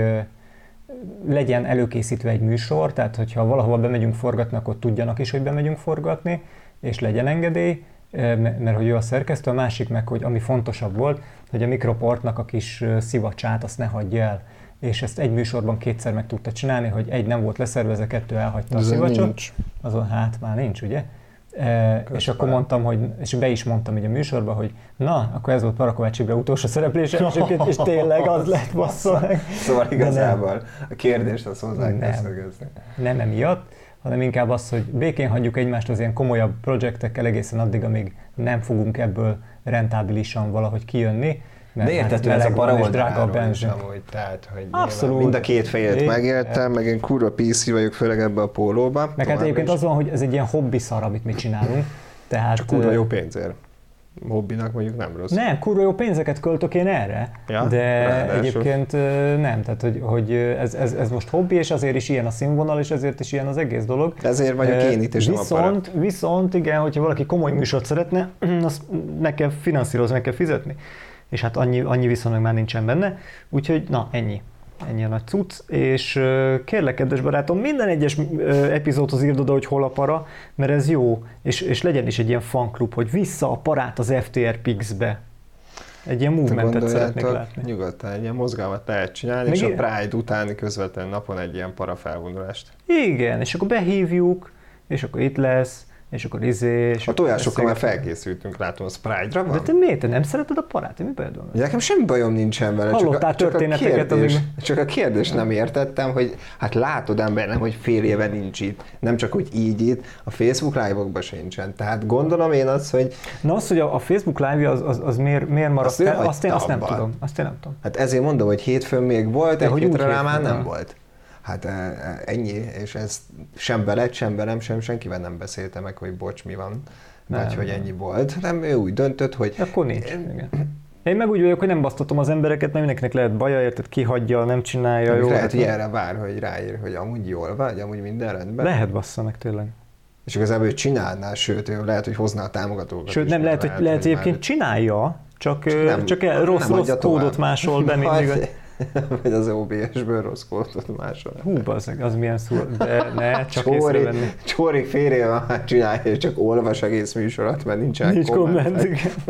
legyen előkészítve egy műsor, tehát hogyha valahova bemegyünk forgatni, akkor tudjanak is, hogy bemegyünk forgatni, és legyen engedély, mert hogy ő a szerkesztő. A másik meg, hogy ami fontosabb volt, hogy a Mikroportnak a kis szivacsát azt ne hagyja el. És ezt egy műsorban kétszer meg tudta csinálni, hogy egy nem volt leszervezve, kettő elhagyta Ez a szivacsot. Nincs. Azon hát már nincs, ugye? E, és akkor mondtam, hogy, és be is mondtam így a műsorban, hogy na, akkor ez volt Parakovács Imre utolsó szereplése, és tényleg az lett, bassza meg. Szóval igazából a kérdést azt hozzá kell szögezni. Nem emiatt, hanem inkább az, hogy békén hagyjuk egymást az ilyen komolyabb projektekkel egészen addig, amíg nem fogunk ebből rentábilisan valahogy kijönni. De értető hát ez a baloldalról is amúgy, tehát, hogy abszolút. Mind a két fejét é, megértem, meg én kurva pé cé vagyok, főleg ebbe a pólóba. Meg hát egyébként az van, hogy ez egy ilyen hobbi szar, amit mi csinálunk. Tehát, csak kurva jó pénzért. Hobbinak mondjuk nem rossz. Nem, kurva jó pénzeket költök én erre, ja, de ráadásul. Egyébként nem, tehát hogy, hogy ez, ez, ez most hobbi, és azért is ilyen a színvonal, és ezért is ilyen az egész dolog. Ezért vagyok én itt, és viszont, nem a viszont igen, hogyha valaki komoly műsort szeretne, azt meg kell finanszírozni, meg kell fizetni. És hát annyi, annyi viszont meg már nincsen benne, úgyhogy na ennyi. Ennyi a nagy cucc, és uh, kérlek, kedves barátom, minden egyes uh, epizódhoz írd oda, hogy hol a para, mert ez jó, és, és legyen is egy ilyen fanklub, hogy vissza a parát az ef té er Pix-be. Egy ilyen movementet szeretnék látni. Nyugodtan, egy ilyen mozgalmat lehet csinálni, meg és a Pride utáni közvetlen napon egy ilyen para felvonulást. Igen, és akkor behívjuk, és akkor itt lesz, és akkor izé... És a tojásokkal már felkészültünk, látom, az Pride-ra van. De te miért? Te nem szereted a parát? Mi bajod van? Nekem semmi bajom nincsen vele. Hallottál csak a, történeteket? Csak a kérdés, csak a kérdés nem értettem, hogy hát látod ember, nem, hogy fél éve nincs itt. Nem csak, hogy így itt, a Facebook live-okban sincsen. Tehát gondolom én azt, hogy... Na az, hogy a Facebook live az, az, az miért, miért maradt azt el, azt én azt nem tudom. Azt én nem tudom. Hát ezért mondom, hogy hétfőn még volt, egy hétre rá már nem volt. Hát ennyi, és ez sem veled, sem velem, sem senkivel nem beszélte meg, hogy bocs, mi van, nem, vagy hogy ennyi volt. Nem, ő úgy döntött, hogy... Akkor nincs. Igen. Én meg úgy vagyok, hogy nem basztatom az embereket, mert mindenkinek lehet baja, érted, kihagyja, nem csinálja. Jó, lehet, hát hogy erre vár, hogy ráír, hogy amúgy jól vagy, amúgy minden rendben. Lehet bassza meg tényleg. És igazából ő csinálná, sőt, ő lehet, hogy hozná a támogatókat. Sőt, nem lehet, hogy lehet, lehet egyébként már... csinálja, csak, csak, nem, csak el, rossz, rossz kódot másol be mindig. Vagy az o bé es-ből rossz kódot másol. Hú, bazdmeg, az milyen szó, de ne, csak észrevenni. Csóri fél éve már csinálja, és csak olvas egész műsorat, mert nincsenek Nincs komment.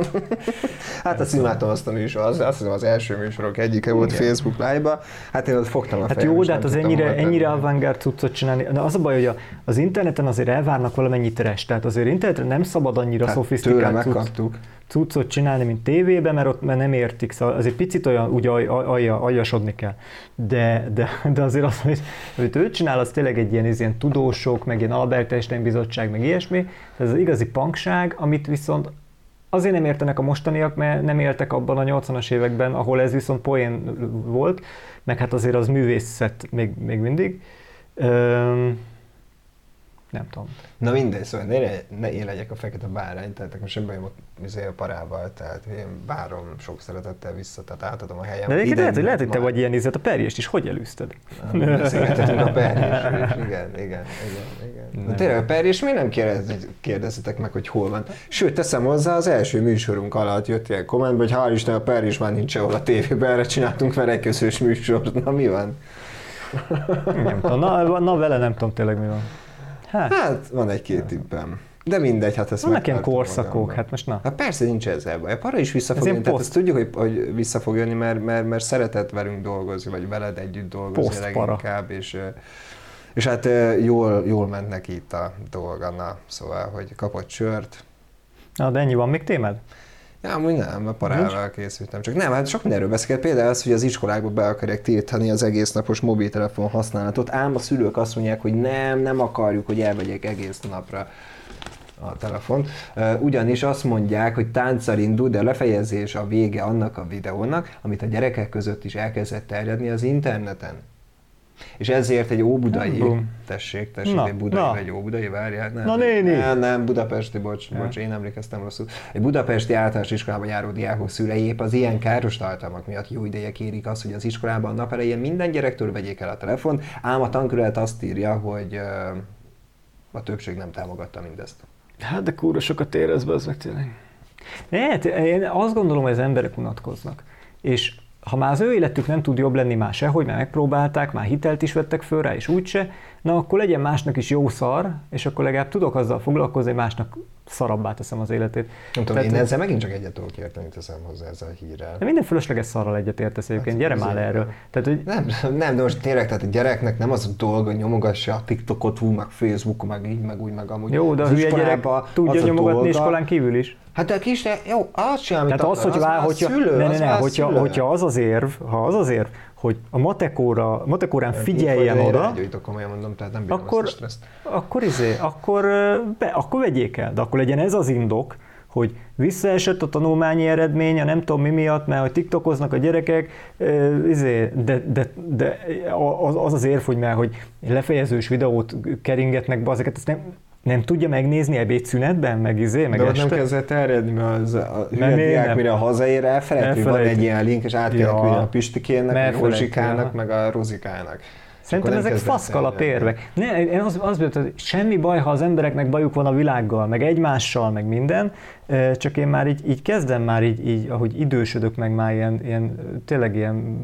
Hát azt imádtam azt a műsor, az, azt hiszem az első műsorok egyike volt igen. Facebook Live-ba, hát én ott fogtam a fejem. Hát jó, de hát az ennyire, ennyire avantgárd cuccot csinálni. De az a baj, hogy a, az interneten azért elvárnak valamennyi trash, tehát azért interneten nem szabad annyira hát szofisztikált cucc, cuccot csinálni, mint tévében, mert ott mert nem értik, szóval azért picit olyan úgy alja, aljasodni kell. De, de, de azért az, amit, amit ő csinál, az tényleg egy ilyen, ilyen tudósok, meg ilyen Albert Einstein bizottság, meg ilyesmi. Ez az igazi punkság, amit viszont azért nem értenek a mostaniak, mert nem éltek abban a nyolcvanas években, ahol ez viszont poén volt, meg hát azért az művészet még, még mindig. Üm, nem tudom. Na mindegy, szóval ne, ne én legyek a fekete bárány, tehát nekem sem bajom a parával, tehát én várom sok szeretettel vissza, tehát átadom a helyem. De egyébként lehet, hogy lehet, hogy te vagy ilyen izet, a perjést is hogy elűzted? Nem, beszélgetünk a perjésről is, igen, igen, igen, igen. De tényleg a perjés miért nem kérdezzetek meg, hogy hol van? Sőt, teszem hozzá, az első műsorunk alatt jött ilyen kommentbe, hogy hál' Isten, a perjés már nincs ahol a tévében, erre csináltunk vele egy közös műsort, na mi van? Nem tudom, na, na vele nem tudom tényleg mi van. Hát, hát van egy-két tippem. De mindegy, hát ezt vannak ilyen korszakok, magamban. Hát most na. Hát persze nincs ezzel baj. A para is vissza fog jönni, tehát ezt tudjuk, hogy, hogy vissza fog jönni, mert, mert, mert szeretett velünk dolgozni, vagy veled együtt dolgozni leginkább, és, és hát jól, jól ment neki itt a dolga, na, szóval, hogy kapott sört. Na, de ennyi van még témád? Ja, amúgy nem, a parával készültem. Csak nem, hát sok mindenről beszélt. Például az, hogy az iskolákba be akarják tiltani az egész napos mobiltelefon használatot, ám a szülők azt mondják, hogy nem, nem akarjuk, hogy elvegyék egész napra a telefont. Ugyanis azt mondják, hogy tánccal indul, de a lefejezés a vége annak a videónak, amit a gyerekek között is elkezdett terjedni az interneten. És ezért egy óbudai, Bum. tessék, tessék, Na, egy budai na. vagy egy óbudai, várjál. Nem, Na, néni! Nem, nem, budapesti, bocs, ja. bocs, én emlékeztem rosszul. Egy budapesti általános iskolában járó diákok szülei épp az ilyen káros tartalmak miatt jó ideje kérik azt, hogy az iskolában nap elején minden gyerektől vegyék el a telefont, ám a tanköret azt írja, hogy uh, a többség nem támogatta mindezt. Hát de kúra sokat érez be, az meg tényleg. Hát, én azt gondolom, hogy az emberek unatkoznak. És ha már az ő életük nem tud jobb lenni már sehogy, mert megpróbálták, már hitelt is vettek föl rá, és úgyse, na akkor legyen másnak is jó szar, és akkor legalább tudok azzal foglalkozni, hogy másnak szarabbá teszem az életét. Nem tudom, én ezzel megint csak egyet tudok érteni, teszem hozzá ezzel a hírrel. De minden fölösleges szarral egyet értesz egyébként, gyere már le erről. Tehát, hogy... nem, nem, de most tényleg, tehát a gyereknek nem az a dolga, hogy nyomogassa a TikTokot, hú, meg Facebookon, meg így, meg úgy, meg amúgy. Jó, de a hülye gyerek tudja nyomogatni dolga, iskolán kívül is. Hát de a kis, jó, azt sem, amit tehát akar, az, hogy az vár, már hogyha, szülő, ne, ne, az ne, már hogyha, szülő. hogyha az az érv, ha az az érv, hogy a matekóra, matekórán figyeljen én oda, rágyújtok, komolyan mondom, tehát nem bírom akkor, ezt a stresszt. akkor izé, akkor, be, akkor vegyék el, de akkor legyen ez az indok, hogy visszaesett a tanulmányi eredmény, a nem tudom mi miatt, mert hogy tiktokoznak a gyerekek, izé, de, de, de az, az az érv, hogy már, hogy lefejezős videót keringetnek be, ezeket ezt nem, nem tudja megnézni ebédszünetben, meg izé, meg de este. ott nem kezdett terjedni, mert az a hülye diák, mire hazaér, elfelejt, hogy van egy ilyen link, és át kell ja. küldeni a Pistikénnek, a Józsikának, meg a Rozikának. Szerintem ezek faszkalap érvek. Ne, én az, az mondom, hogy semmi baj, ha az embereknek bajuk van a világgal, meg egymással, meg minden, csak én már így, így kezdem már így, így, ahogy idősödök, meg már ilyen, ilyen tényleg ilyen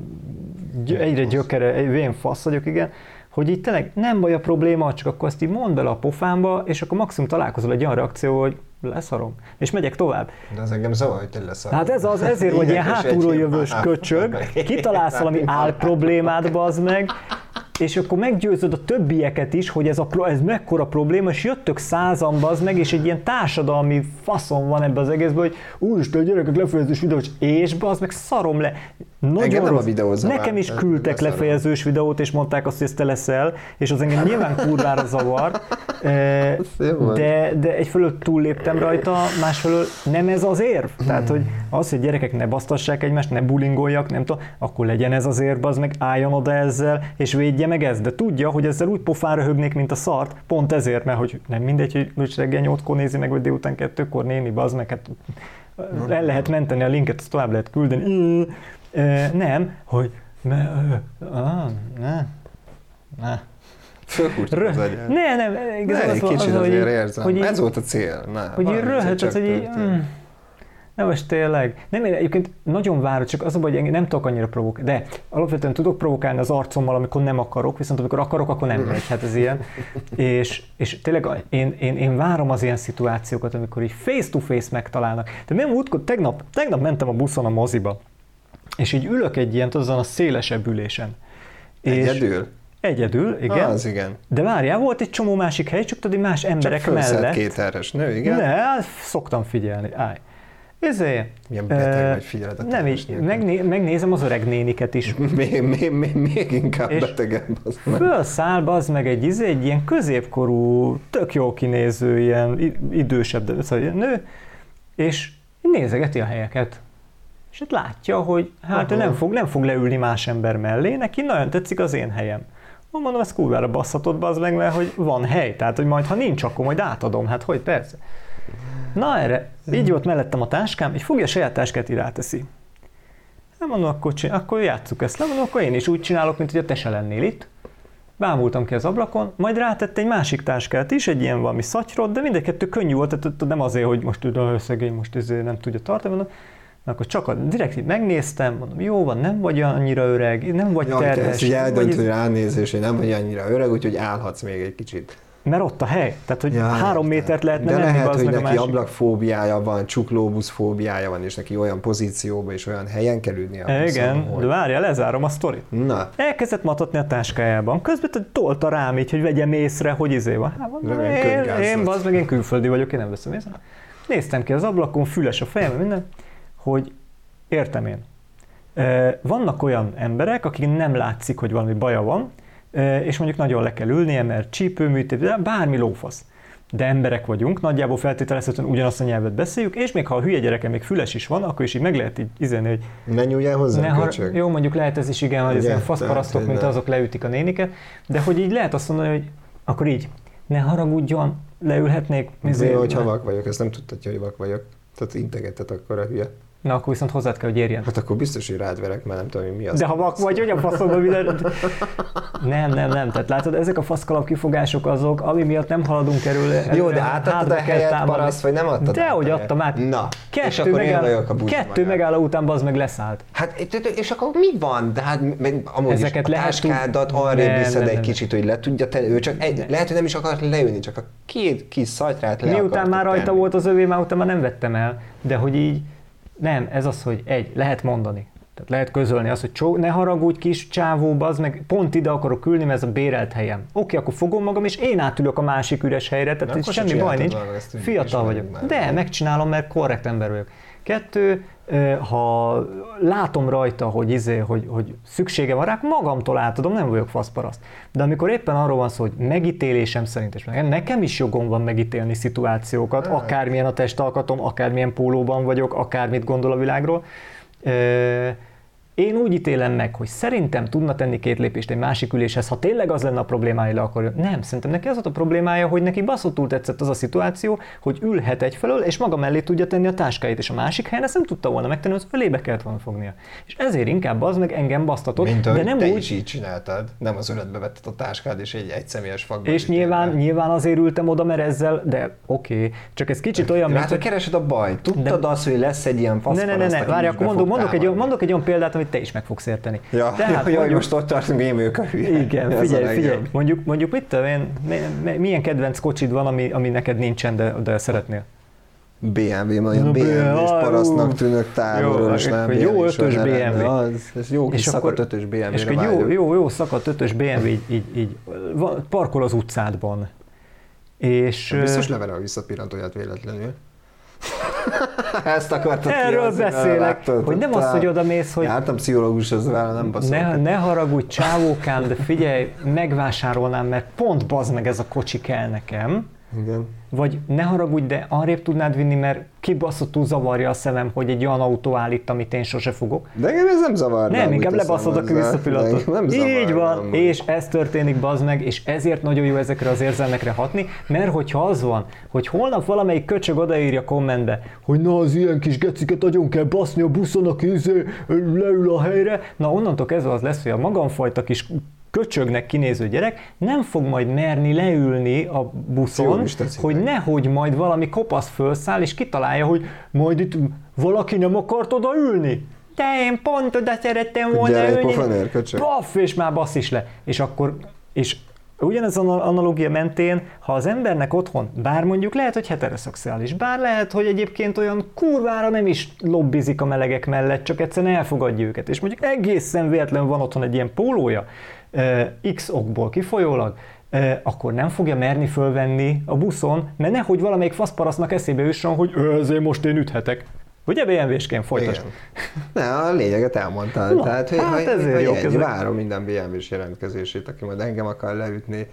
egyre gyökere, egy vén fasz vagyok, igen, hogy így tényleg nem baj a probléma, csak akkor azt így mondd bele a pofámba, és akkor maximum találkozol egy olyan reakció, hogy leszarom, és megyek tovább. De az engem zavar, hogy te leszarom. Hát ez az, ezért vagy ilyen hátulról jövős köcsög, kitalálsz valami álproblémát, bazd meg, és akkor meggyőzöd a többieket is, hogy ez, a, ez mekkora probléma, és jöttök százan, bazd meg, és egy ilyen társadalmi faszon van ebbe az egészben, hogy úristen, a gyerekek lefejezős videót, és bazd meg, szarom le. Nagyon rossz. Nekem is küldtek lefejezős videót, és mondták azt, hogy ezt te leszel, és az engem nyilván kurvára zavar, de, de egyfelől túlléptem rajta, másfelől nem ez az érv. Tehát, hogy az, hogy gyerekek ne basztassák egymást, ne bulingoljak, nem tudom, akkor legyen ez az érv, az meg álljon oda ezzel, és védje meg ezt. De tudja, hogy ezzel úgy pofán röhögnék, mint a szart, pont ezért, mert hogy nem mindegy, hogy most reggel nyolckor nézi meg, vagy délután kettőkor néni, bazd meg, hát el lehet menteni a linket, azt tovább lehet küldeni. Nem, hogy ne, ne, ne. Fölhúztam az agyát. Ne, nem, igazán ne, az, kicsit az, azért hogy, érzem. hogy ez volt a cél. Na, hogy így röhögsz, hogy így, mm, nem most tényleg. Nem, én egyébként nagyon várod, csak az a baj, hogy nem tudok annyira provokálni, de alapvetően tudok provokálni az arcommal, amikor nem akarok, viszont amikor akarok, akkor nem megy, hát ez ilyen. és, és tényleg én, én, én várom az ilyen szituációkat, amikor így face to face megtalálnak. De nem útkor, tegnap, tegnap mentem a buszon a moziba, és így ülök egy ilyen, azon a szélesebb ülésen. Egyedül? Egyedül, igen. Ah, az igen. De várjál, volt egy csomó másik hely, csak tudod, más emberek csak mellett. Csak két erres nő, igen? Ne, szoktam figyelni, állj. Ezért... Milyen beteg vagy, figyeled a nem így, megné, megnézem az öreg néniket is. még, még, még, még inkább és betegebb. fölszáll, bazd meg egy, izé, egy ilyen középkorú, tök jó kinéző, ilyen idősebb szóval nő, és nézegeti a helyeket. És hát látja, hogy hát ő nem fog, nem fog leülni más ember mellé, neki nagyon tetszik az én helyem. Mondom, ezt kurvára basszhatod, bazd meg, mert hogy van hely, tehát hogy majd ha nincs, akkor majd átadom, hát hogy persze. Na erre, így volt mellettem a táskám, így fogja a saját táskát, így ráteszi. Nem mondom, akkor, csinál, akkor játsszuk ezt le, mondom, akkor én is úgy csinálok, mint hogy a te se lennél itt. Bámultam ki az ablakon, majd rátette egy másik táskát is, egy ilyen valami szatyrot, de mindkettő könnyű volt, tehát nem azért, hogy most ő szegény, most ezért nem tudja tartani, mondom. Na, akkor csak a, direkt megnéztem, mondom, jó van, nem vagy annyira öreg, nem vagy ja, terhes. Ezt így eldönt, hogy ránézés, hogy nem vagy annyira öreg, úgyhogy állhatsz még egy kicsit. Mert ott a hely, tehát hogy ja, három métert lehetne de menni, lehet, hogy meg neki a másik. ablakfóbiája van, csuklóbuszfóbiája van, és neki olyan pozícióba és olyan helyen kell ülni a buszon, igen, hogy... de várjál, lezárom a sztorit. Na. Elkezdett matatni a táskájában, közben tolta rám így, hogy vegyem észre, hogy izé van. Hát mondom, én, én bazd meg, én külföldi vagyok, én nem veszem észre. Néztem ki az ablakon, füles a fejem, minden, hogy értem én. Vannak olyan emberek, akik nem látszik, hogy valami baja van, és mondjuk nagyon le kell ülnie, mert csípőműtét, bármi lófasz. de emberek vagyunk, nagyjából feltételezhetően ugyanazt a nyelvet beszéljük, és még ha a hülye gyereke még füles is van, akkor is így meg lehet így izenni, hogy ne nyúljál hozzá, ne har- Jó, mondjuk lehet ez is igen, hogy ez ilyen faszparasztok, mint azok leütik a néniket, de hogy így lehet azt mondani, hogy akkor így, ne haragudjon, leülhetnék. Azért, hogy ha vak vagyok, ezt nem tudtad, hogy vak vagyok. Tehát integetett akkor a hülye. Na, akkor viszont hozzád kell, hogy érjen. Hát akkor biztos, hogy rád verek, mert nem tudom, hogy mi az. De ha vak vagy, hogy a faszomban minden... Nem, nem, nem. Tehát látod, ezek a faszkalap kifogások azok, ami miatt nem haladunk erről. Jó, de átadtad a helyet, paraszt, vagy nem adtad? Dehogy adtam át. Na, kettő és akkor megáll... én vagyok a busz Kettő megálló után bazd meg leszállt. Hát, és akkor mi van? De hát amúgy ezeket is a táskádat arrébb viszed egy kicsit, hogy le tudja tenni. Ő csak egy, lehet, hogy nem is akart leülni, csak a két kis szatyrát le miután már rajta tenni. Volt az övé, már utána már nem vettem el. De hogy így, nem, ez az, hogy egy, lehet mondani. Tehát lehet közölni azt, hogy csó, ne haragudj kis csávó, bazd meg, pont ide akarok ülni, mert ez a bérelt helyem. Oké, akkor fogom magam, és én átülök a másik üres helyre, tehát itt semmi baj nincs. Fiatal vagyok. De megcsinálom, mert korrekt ember vagyok. Kettő, ha látom rajta, hogy, izé, hogy, hogy szüksége van rá, magamtól átadom, nem vagyok faszparaszt. De amikor éppen arról van szó, hogy megítélésem szerint, és nekem is jogom van megítélni szituációkat, akármilyen a testalkatom, akármilyen pólóban vagyok, akármit gondol a világról, én úgy ítélem meg, hogy szerintem tudna tenni két lépést egy másik üléshez, ha tényleg az lenne a problémája, le akarja. Nem, szerintem neki az volt a problémája, hogy neki baszottul tetszett az a szituáció, hogy ülhet egyfelől, és maga mellé tudja tenni a táskáit, és a másik helyen ezt nem tudta volna megtenni, az ölébe kellett volna fognia. És ezért inkább az meg engem basztatott. Mint de nem te úgy... is így csináltad, nem az öletbe vetted a táskád, és egy egyszemélyes fakba. És nyilván, nyilván azért ültem oda, mert ezzel, de oké, okay. Csak ez kicsit olyan, mint... Hát, keresed a bajt. Tudtad de... azt, hogy lesz egy ilyen faszparaszt, ne, ne, ne, ne. Várj, akkor mondok, mondok, egy, mondok egy olyan példát, amit te is meg fogsz érteni. Ja, tehát, ja, mondjuk, most ott tartunk, én vagyok a hülye. Igen, figyelj, figyelj, mondjuk, mondjuk mit tudom én, milyen kedvenc kocsid van, ami, ami neked nincsen, de, de szeretnél? bé em vé, olyan bé em vé-s parasztnak tűnök távolról, és nem jó ötös bé em vé. Az, ez jó kis szakadt ötös bé em vé-re és egy jó, jó, jó szakadt ötös bé em vé így, így, így parkol az utcádban. És... Biztos levele a visszapillantóját véletlenül. Ezt akartad erről kihozni, beszélek, láttad, hogy nem az, hogy oda mész, hogy... Jártam pszichológushoz vele, nem baszol. Ne, ne haragudj, csávókám, de figyelj, megvásárolnám, mert pont bazd meg ez a kocsi kell nekem. Igen. Vagy ne haragudj, de arrébb tudnád vinni, mert kibaszottul zavarja a szemem, hogy egy olyan autó állít, amit én sose fogok. De engem ez nem zavar. Nem, inkább lebaszod a visszapillantót. Így van, nem, és ez történik, bazd meg, és ezért nagyon jó ezekre az érzelmekre hatni, mert hogyha az van, hogy holnap valamelyik köcsög odaírja kommentbe, hogy na az ilyen kis geciket agyon kell baszni a buszon, aki izé, leül a helyre, na onnantól kezdve az lesz, hogy a magamfajta kis köcsögnek kinéző gyerek nem fog majd merni leülni a buszon, hogy nehogy majd valami kopasz fölszáll, és kitalálja, hogy majd itt valaki nem akart odaülni. De én pont oda szerettem volna ülni. Paff, és már bassz is le. És akkor, és ugyanez az analógia mentén, ha az embernek otthon, bár mondjuk lehet, hogy heteroszexuális, bár lehet, hogy egyébként olyan kurvára nem is lobbizik a melegek mellett, csak egyszerűen elfogadja őket, és mondjuk egészen véletlenül van otthon egy ilyen pólója, X okból kifolyólag, akkor nem fogja merni fölvenni a buszon, mert nehogy valamelyik faszparasztnak eszébe jusson, hogy ezért most én üthetek. Ugye bé em vé-sként folytasd? Ne, a lényeget elmondtál. Na, tehát, hogy, hát hogy, ezért hogy jó egy, várom minden bé em vé-s jelentkezését, aki majd engem akar leütni.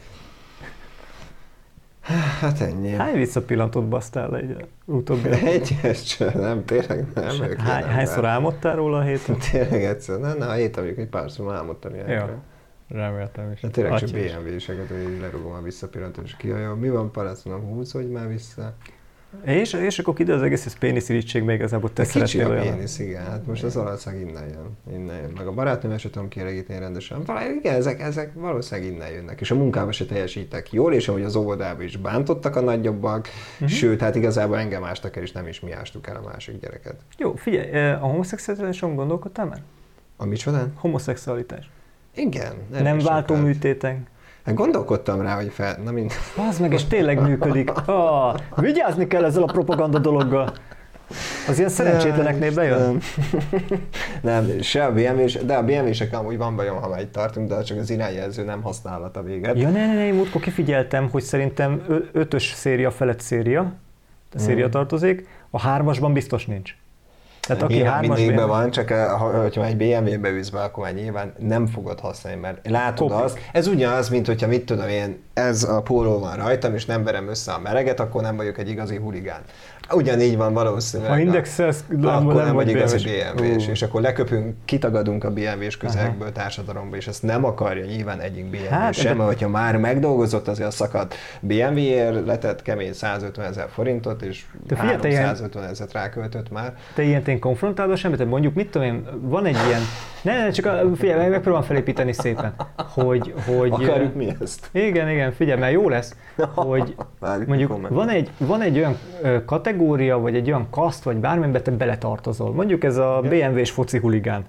Hát ennyi. Hány visszapillantót basztál egy utóbbi? Egyes sem, nem, tényleg nem. Hány, hányszor álmodtál róla a héten? Tényleg egyszer, nem, nem, a héten mondjuk egy párszor álmodtam ilyenkre. Reméltem is. De tényleg csak bé em vé-seket, hogy lerugom a visszapillantót, és kijajom. Mi van, parasz, mondom, húsz, hogy már vissza. És, és akkor ide az egész ez péniszirítségben még igazából te szeretnél olyan. Kicsi a pénisz, igen. Hát most az alapszag innen jön. Innen jön. Meg a barátnőm se tudom kielégíteni rendesen. Valami, igen, ezek, ezek valószínűleg innen jönnek. És a munkában se teljesítek jól, és ahogy az óvodában is bántottak a nagyobbak, uh-huh. Sőt, hát igazából engem ástak el, és nem is mi ástuk el a másik gyereket. Jó, figyelj, a homoszexualitáson gondolkodtál már? A micsodán? Homoszexualitás. Igen. Nem váltó műtétek. Hát gondolkodtam rá, hogy fel... Na mind... Az meg, és tényleg működik. Ah, vigyázni kell ezzel a propaganda dologgal. Az ilyen szerencsétleneknél bejön? Nem, se a bé em vé-s, de a bé em vé-sek amúgy van bajom, ha már itt tartunk, de csak az irányjelző nem használata véget. Ja, ne, ne, ne, én múltkor kifigyeltem, hogy szerintem ötös széria felett széria, a széria hmm. tartozik, a hármasban biztos nincs. Tehát aki hármas mindig van, csak ha, hogyha egy bé em vé-be ülsz be, akkor már nyilván nem fogod használni, mert látod Kopik. azt. Ez ugyanaz, mint hogyha mit tudom én, ez a póló van rajtam, és nem verem össze a mereget, akkor nem vagyok egy igazi huligán. Ugyanígy van valószínűleg. Ha indexelsz, akkor nem, nem vagy igazi bé em vé-s, és akkor leköpünk, kitagadunk a bé em vé-s közegből, Aha. társadalomba, és ezt nem akarja nyilván egyik bé em vé hát, sem, de... mert hogyha már megdolgozott azért a szakadt bé em vé-ért, letett kemény százötven ezer forintot, és háromszázötven ezeret ráköltött már. Te ilyen tény konfrontálod semmit, mondjuk mit tudom én, van egy ilyen, ne, ne csak a, figyelj, megpróbálom felépíteni szépen, hogy, hogy... Akarjuk mi ezt? Igen, igen, figyelj, mert jó lesz, hogy mondjuk van egy, van egy olyan kategória, vagy egy olyan kaszt, vagy bármiben te beletartozol. Mondjuk ez a bé em vé-s foci huligán.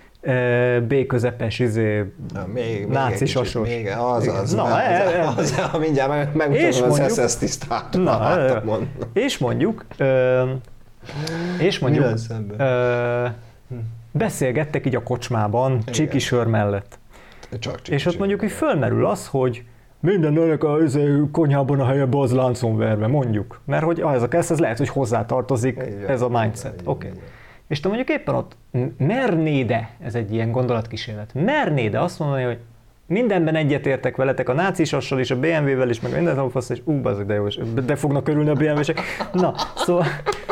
B közepes, izé, Na, még, náci sasos. Még, az, az, Na, az, e, az, az, az, mindjárt megmutatom az es es tisztát. Na, és mondjuk, ö, és mondjuk, ö, beszélgettek így a kocsmában, csiki sör mellett. Csak csiki és ott mondjuk, hogy fölmerül az, hogy mindennek a konyhában a helye az láncon verve, mondjuk. Mert hogy ez a kezd, ez lehet, hogy hozzátartozik igen, ez a mindset. Oké. Okay. És te mondjuk éppen ott mernéd-e, ez egy ilyen gondolatkísérlet, mernéd-e azt mondani, hogy mindenben egyetértek veletek, a nácisassal is, a bé em vé-vel is, meg minden a fasz, és ú, bazdmeg, de jó, de fognak örülni a bé em vé-sek. Na, szóval...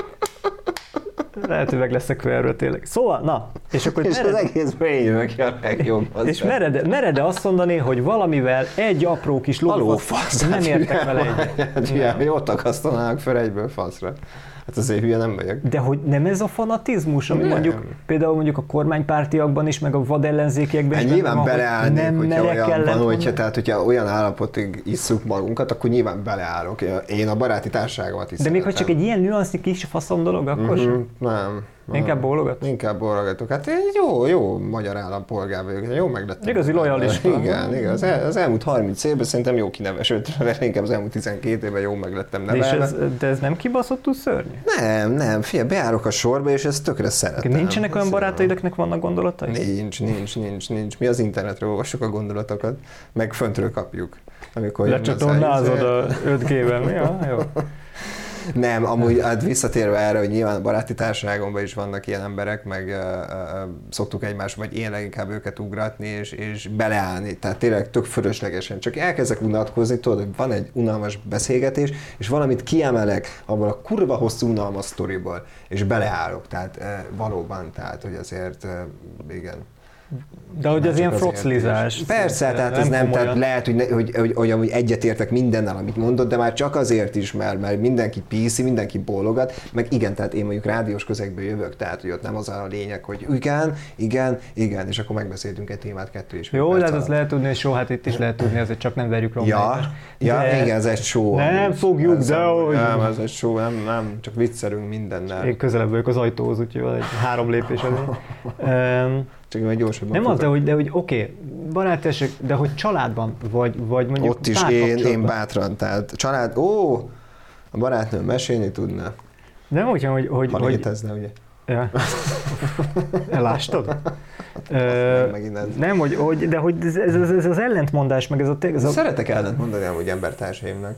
Lehet, hogy meg leszek erről tényleg. Szóval, na, és akkor... És mered, az egész bejövök ki a legjobb. És mered, mered azt mondani, hogy valamivel egy apró kis lófasz nem értek vele egyet. Hát, jót akasztanának fel egyből faszra. Hát azért hülye nem vagyok. De hogy nem ez a fanatizmus, ami nem. mondjuk például mondjuk a kormánykpártiakban is, meg a vadellenzékiekben is. Hát nyilván beleállnék, hogyha olyan van, hogyha, tehát hogyha olyan állapotig isszuk magunkat, akkor nyilván beleállok. Én a baráti társaságomat is De még ha csak egy ilyen nüansznyi kis faszom dolog, akkor mm-hmm. sem? Nem. Inkább bólogat? Inkább bólogatok. Hát én jó, jó magyar állampolgár vagyok, jó meglettem. Igazi lojalista. Igen, igen. Az, el, az elmúlt harminc évben szerintem jó kinevesült, inkább az elmúlt tizenkét évben jó meglettem nevelve. De, ez, de ez nem kibaszottul szörnyű? Nem, nem. Figyelj, beárok a sorba, és ezt tökre szeretem. Nincsenek olyan barátaidaknak vannak gondolatai? Nincs, nincs, nincs, nincs. Mi az internetről olvassuk a gondolatokat, meg föntről kapjuk. Lecsatornázod a öt G-ben, mi? Ja, jó. Nem, amúgy hát visszatérve erre, hogy nyilván a baráti társaságomban is vannak ilyen emberek, meg uh, uh, szoktuk egymást, vagy én leginkább őket ugratni, és, és beleállni. Tehát tényleg tök fölöslegesen. Csak elkezdek unatkozni, tudod, hogy van egy unalmas beszélgetés, és valamit kiemelek abból a kurva hosszú unalmas sztoriból, és beleállok. Tehát uh, valóban, tehát, hogy azért uh, igen. De hogy az ilyen froclizás. Persze, tehát nem ez nem, tehát lehet, hogy, ne, hogy, hogy, hogy, hogy egyetértek mindennel, amit mondod, de már csak azért is, mert, mert mindenki píszi, mindenki bólogat, meg igen, tehát én mondjuk rádiós közegből jövök, tehát hogy ott nem az a lényeg, hogy igen, igen, igen, és akkor megbeszéltünk egy témát kettő és jó, lehet azt lehet tudni, és hát itt is lehet tudni, azért csak nem verjük romlani. Ja, ja de... igen, ez egy show. Nem amúgy. Fogjuk, de hogy... Nem, ez egy show, nem, nem, csak viccelünk mindennel. Én közelebb vagyok az ajtóhoz, úgyhogy van egy három lépés elé. Csak majd gyorsabban. Nem az, de hogy, de hogy oké, okay, barátiság, de hogy családban, vagy, vagy mondjuk ott is én, én bátran, tehát család, ó, a barátnőm mesélni tudna. Nem úgy, hogy... hogy ha létezne, ugye? Ja. Elástad? Ö, nem, hogy, hogy, de hogy ez, ez, ez az ellentmondás, meg ez a... Ez a... Szeretek ellentmondani amúgy embertársaimnak.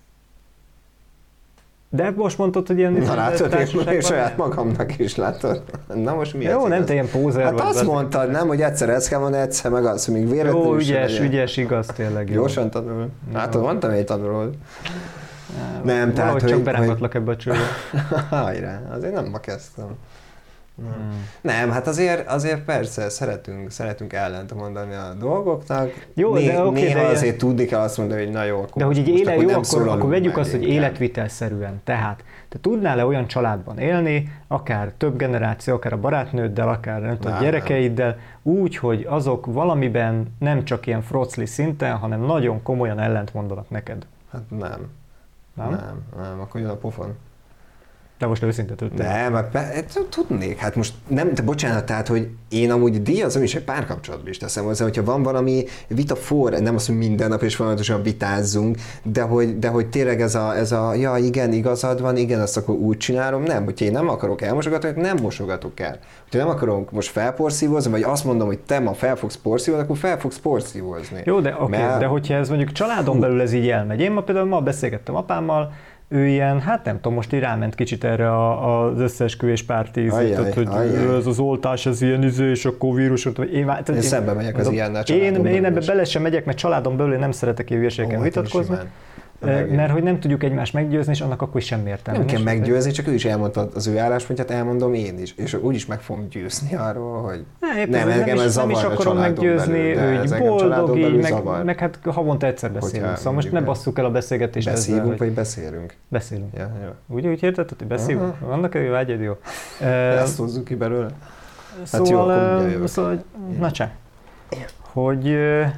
De most mondtad, hogy ilyen... Na látod, én, én saját magamnak is látod. Na most mi jó, nem te ilyen pózer hát vagy. Hát azt mondtad, nem, hogy egyszer ezt kell mondani, egyszer meg az, hogy még véletlenül jó, ügyes, legyen. Ügyes, igaz, tényleg. Gyorsan tanul. Látod, mondtam, hogy tanulod. Nem, tehát, hogy... csak berángatlak ebbe a csőbe. Hajrá, azért nem ma kezdtem. Hmm. Nem, hát azért, azért persze szeretünk, szeretünk ellent mondani a dolgoknak. Jó, Né, de okay, néha de azért ilyen... tudni kell azt mondani, hogy na jó, akkor de hogy így éle, jó, akkor, akkor vegyük azt, hogy életvitelszerűen. Tehát te tudnál-e olyan családban élni, akár több generáció, akár a barátnőddel, akár nem tudom, gyerekeiddel, úgy, hogy azok valamiben nem csak ilyen frocli szinten, hanem nagyon komolyan ellent mondanak neked? Hát nem. Nem? Nem, nem, akkor jön a pofon. De most őszinte tudtál. Nem, hát tudnék. Hát most nem, de bocsánat, tehát, hogy én amúgy díjazom is egy párkapcsolatban is teszem hozzá, hogyha van valami vita for, nem azt, hogy minden nap és folyamatosan vitázzunk, de hogy, de hogy tényleg ez a, ez a, ja igen, igazad van, igen, azt akkor úgy csinálom, nem, hogyha én nem akarok elmosogatni, nem mosogatok el. Hogyha nem akarok most felporszívozni, vagy azt mondom, hogy te ma fel fogsz porszívozni, akkor fel fogsz porszívozni. Jó, de oké, okay, mert... de hogyha ez mondjuk családon belül ez így elmegy. Én ma például ma beszélgettem apámmal, ő ilyen, hát nem tudom, most így ráment kicsit erre a, az összeesküvés párti ízét, hogy ez az oltás, ez ilyen izé, és akkor vírusot, vagy én, tehát én, én szembe megyek az ilyennel családon Én, én ebbe bele sem megyek, mert családon belül nem szeretek ilyen hülyeségeken vitatkozni. Mert hogy nem tudjuk egymást meggyőzni, és annak akkor is semmi értelme. Nem kell meggyőzni, csak ő is elmondta az ő álláspontját, elmondom én is. És úgyis meg fogom győzni arról, hogy ne, nem, engem ez zavar a családon belül. Nem is akarom meggyőzni, ő így boldog, így, meg, meg hát havonta egyszer beszélünk. Szóval most ne basszuk el a beszélgetést. Beszélünk, ezzel, vagy beszélünk? Beszélünk. Ja, jó. Úgy, úgy érted, hogy beszélünk? Uh-huh. Vannak egy vágyad, jó. Ezt hozzuk ki belőle? Szóval, hát jó, akkor mindjárt szóval, na csá, hogy...